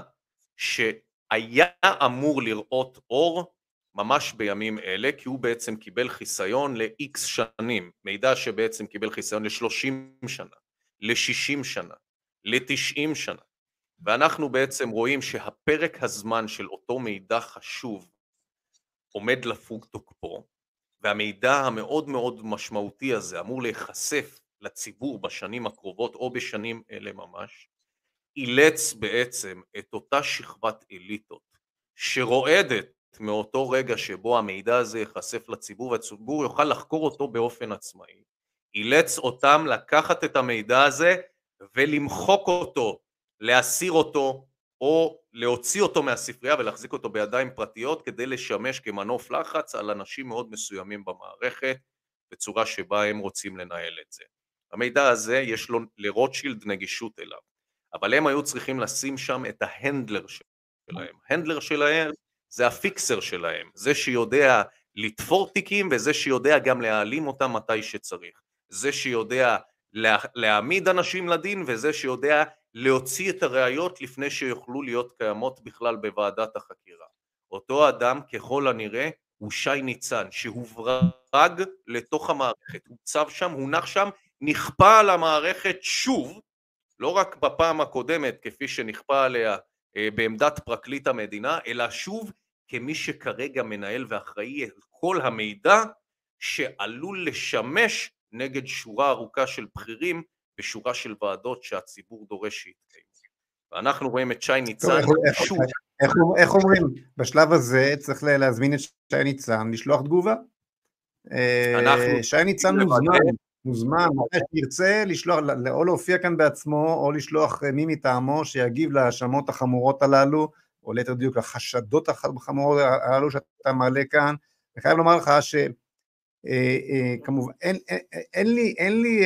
שהיה אמור לראות אור ממש בימים אלה, כי הוא בעצם קיבל חיסיון ל-X שנים, מידע שבעצם קיבל חיסיון ל-30 שנה, ל-60 שנה, ל-90 שנה, ואנחנו בעצם רואים שהפרק הזמן של אותו מידע חשוב עומד לפוג תוקפו, והמידע המאוד מאוד משמעותי הזה אמור להיחשף לציבור בשנים הקרובות או בשנים אלה ממש, אילץ בעצם את אותה שכבת אליטות שרועדת מאותו רגע שבו המידע הזה ייחשף לציבור והציבור יוכל לחקור אותו באופן עצמאי, אילץ אותם לקחת את המידע הזה ולמחוק אותו, להסיר אותו או להוציא אותו מהספרייה ולהחזיק אותו בידיים פרטיות כדי לשמש כמנוף לחץ על אנשים מאוד מסוימים במערכת בצורה שבה הם רוצים לנהל את זה. המידע הזה יש לו לרוטשילד נגישות אליו, אבל הם היו צריכים לשים שם את ההנדלר שלהם. הנדלר שלהם זה הפיקסר שלהם, זה שיודע לתפור תיקים וזה שיודע גם להעלים אותם מתי שצריך, זה שיודע להעמיד אנשים לדין וזה שיודע להוציא את הראיות לפני שיוכלו להיות קיימות בכלל בוועדת החקירה. אותו אדם ככל הנראה הוא שי ניצן שהוברג לתוך המערכת, הוצב שם, הונח שם, נכפה על המערכת שוב, לא רק בפעם הקודמת כפי שנכפה עליה בעמדת פרקליט המדינה, אלא שוב כמי שכרגע מנהל ואחראי את כל המידע שעלול לשמש נגד שורה ארוכה של בכירים בשורה של ועדות שהציבור דורש שיתקיים. ואנחנו רואים את שי ניצן שוב. איך אומרים? בשלב הזה צריך להזמין את שי ניצן לשלוח תגובה. שי ניצן מוזמן, מתי שירצה לשלוח, או להופיע כאן בעצמו, או לשלוח מי מטעמו שיגיב להאשמות החמורות הללו, או ליתר דיוק לחשדות החמורות הללו שאתה מעלה כאן. אני חייב לומר לך כמובן, אין לי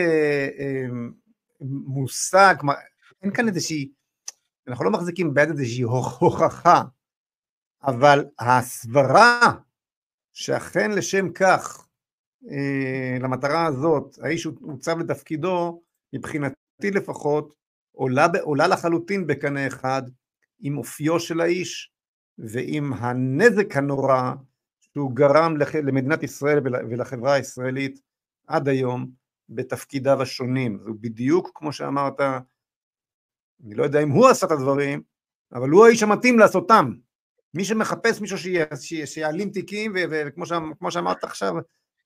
מושג, אין כאן איזושהי, אנחנו לא מחזיקים ביד איזושהי הוכחה, אבל הסברה שאכן לשם כך, למטרה הזאת, האיש הוצב לתפקידו, מבחינתי לפחות, עולה לחלוטין בקנה אחד, עם אופיו של האיש, ועם הנזק הנורא, שהוא גרם למדינת ישראל ולחברה הישראלית עד היום בתפקידיו השונים. זה בדיוק כמו שאמרת, אני לא יודע אם הוא עשה את הדברים, אבל הוא האיש המתאים לעשותם. מי שמחפש מישהו שיעלים תיקים, וכמו שאמרת עכשיו,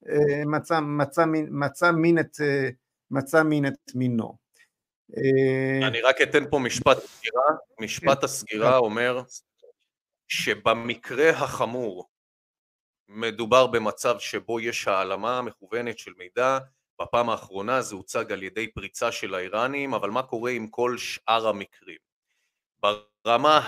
מצא מין את מינו. אני רק אתן פה משפט סגירה. משפט הסגירה אומר שבמקרה החמור, מדובר במצב שבו יש העלמה מכוונת של מידע, בפעם האחרונה זה הוצג על ידי פריצה של האיראנים, אבל מה קורה עם כל שאר המקרים? ברמה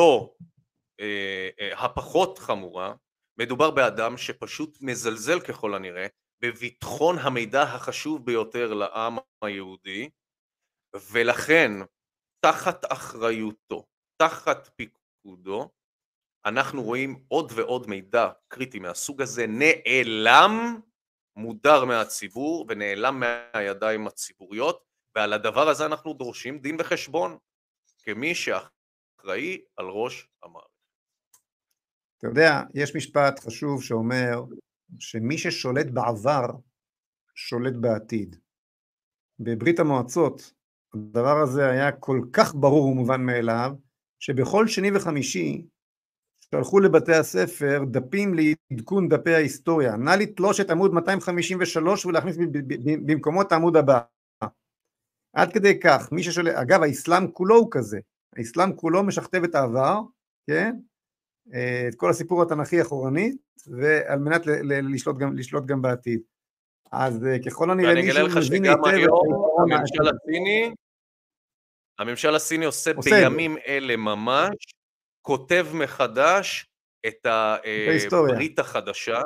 הפחות חמורה, מדובר באדם שפשוט מזלזל ככל הנראה, בביטחון המידע החשוב ביותר לעם היהודי, ולכן תחת אחריותו, תחת פיקודו, אנחנו רואים עוד ועוד מידע קריטי מהסוג הזה נעלם, מודר מהציבור ונעלם מהידיים הציבוריות, ועל הדבר הזה אנחנו דורשים דין וחשבון כמי שאחראי על ראש המערכת. אתה יודע, יש משפט חשוב שאומר שמי ששולט בעבר שולט בעתיד. בברית המועצות הדבר הזה היה כל כך ברור ומובן מאליו, שבכל שני וחמישי שלחו לבתי הספר דפים לעדכון דפי ההיסטוריה, נא לתלוש את עמוד 253 ולהכניס במקומות העמוד הבא. עד כדי כך, מי ששולט, אגב האסלאם כולו הוא כזה, האסלאם כולו משכתב את העבר, כן? את כל הסיפור התנ"כי אחורנית, ועל מנת לשלוט גם בעתיד. אז ככל הנראה מישהו מבין היטב, הממשל הסיני עושה בימים אלה ממש, כותב מחדש את הברית החדשה,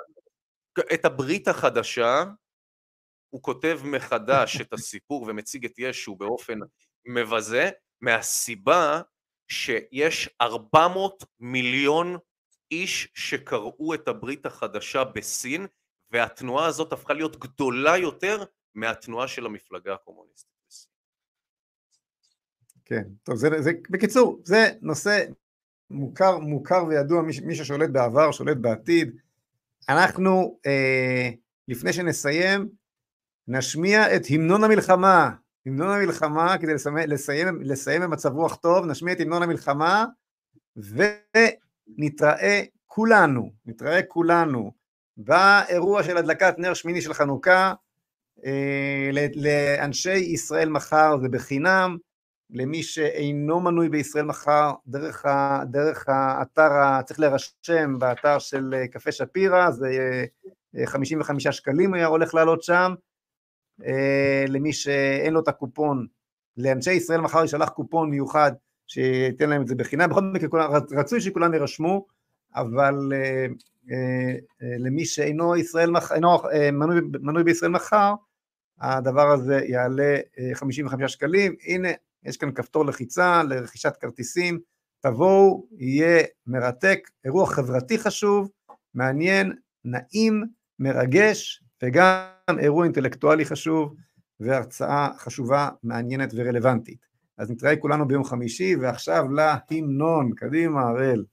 הוא כותב מחדש את הסיפור ומציג את ישו באופן מבזה, מהסיבה שיש 400 מיליון איש שקראו את הברית החדשה בסין, והתנועה הזאת הפכה להיות גדולה יותר מהתנועה של המפלגה הקומוניסטית בסין. כן, טוב, בקיצור, זה נושא מוכר וידוע, מי ששולט בעבר, שולט בעתיד. אנחנו, לפני שנסיים, נשמיע את המנון המלחמה. המנון המלחמה, כדי לסיים במצב רוח טוב, נשמיע את המנון המלחמה, ונתראה כולנו באירוע של הדלקת נר שמיני של חנוכה, לאנשי ישראל מחר זה בחינם, למי שאינו מנוי בישראל מחר, דרך האתר, צריך להירשם באתר של קפה שפירא, זה 55 שקלים היה הולך לעלות שם, למי שאין לו את הקופון, לאנשי ישראל מחר ישלח קופון מיוחד, שייתן להם את זה בחינם, בכל מקרה רצוי שכולם ירשמו, אבל למי שאינו מנוי בישראל מחר, הדבר הזה יעלה 55 שקלים, הנה יש כאן כפתור לחיצה לרכישת כרטיסים, תבואו, יהיה מרתק, אירוע חברתי חשוב, מעניין, נעים, מרגש, וגם אירוע אינטלקטואלי חשוב, והרצאה חשובה, מעניינת ורלוונטית. אז נתראה כולנו ביום חמישי, ועכשיו להמנון, קדימה, הראל.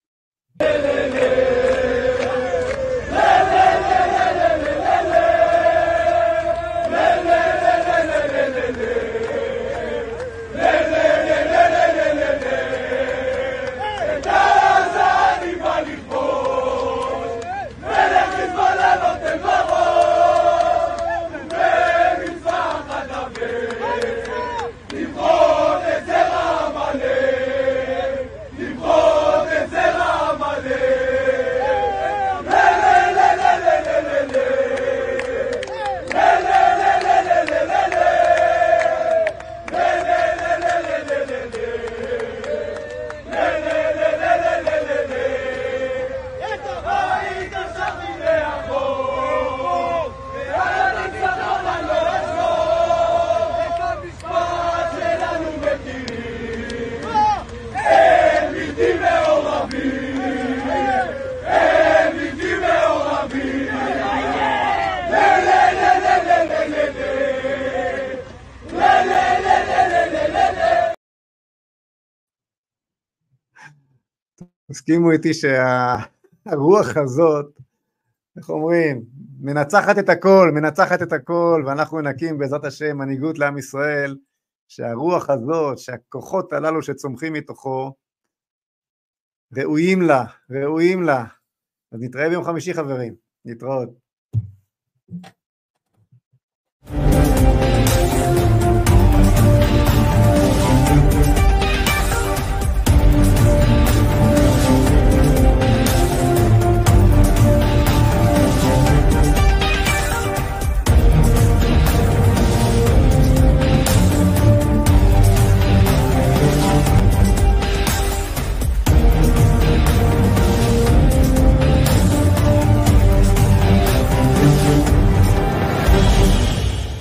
הסכימו איתי שהרוח הזאת, איך אומרים, מנצחת את הכל, ואנחנו נקים בעזרת השם מנהיגות לעם ישראל, שהרוח הזאת, שהכוחות הללו שצומחים מתוכו, ראויים לה. אז נתראה ביום חמישי חברים, נתראות.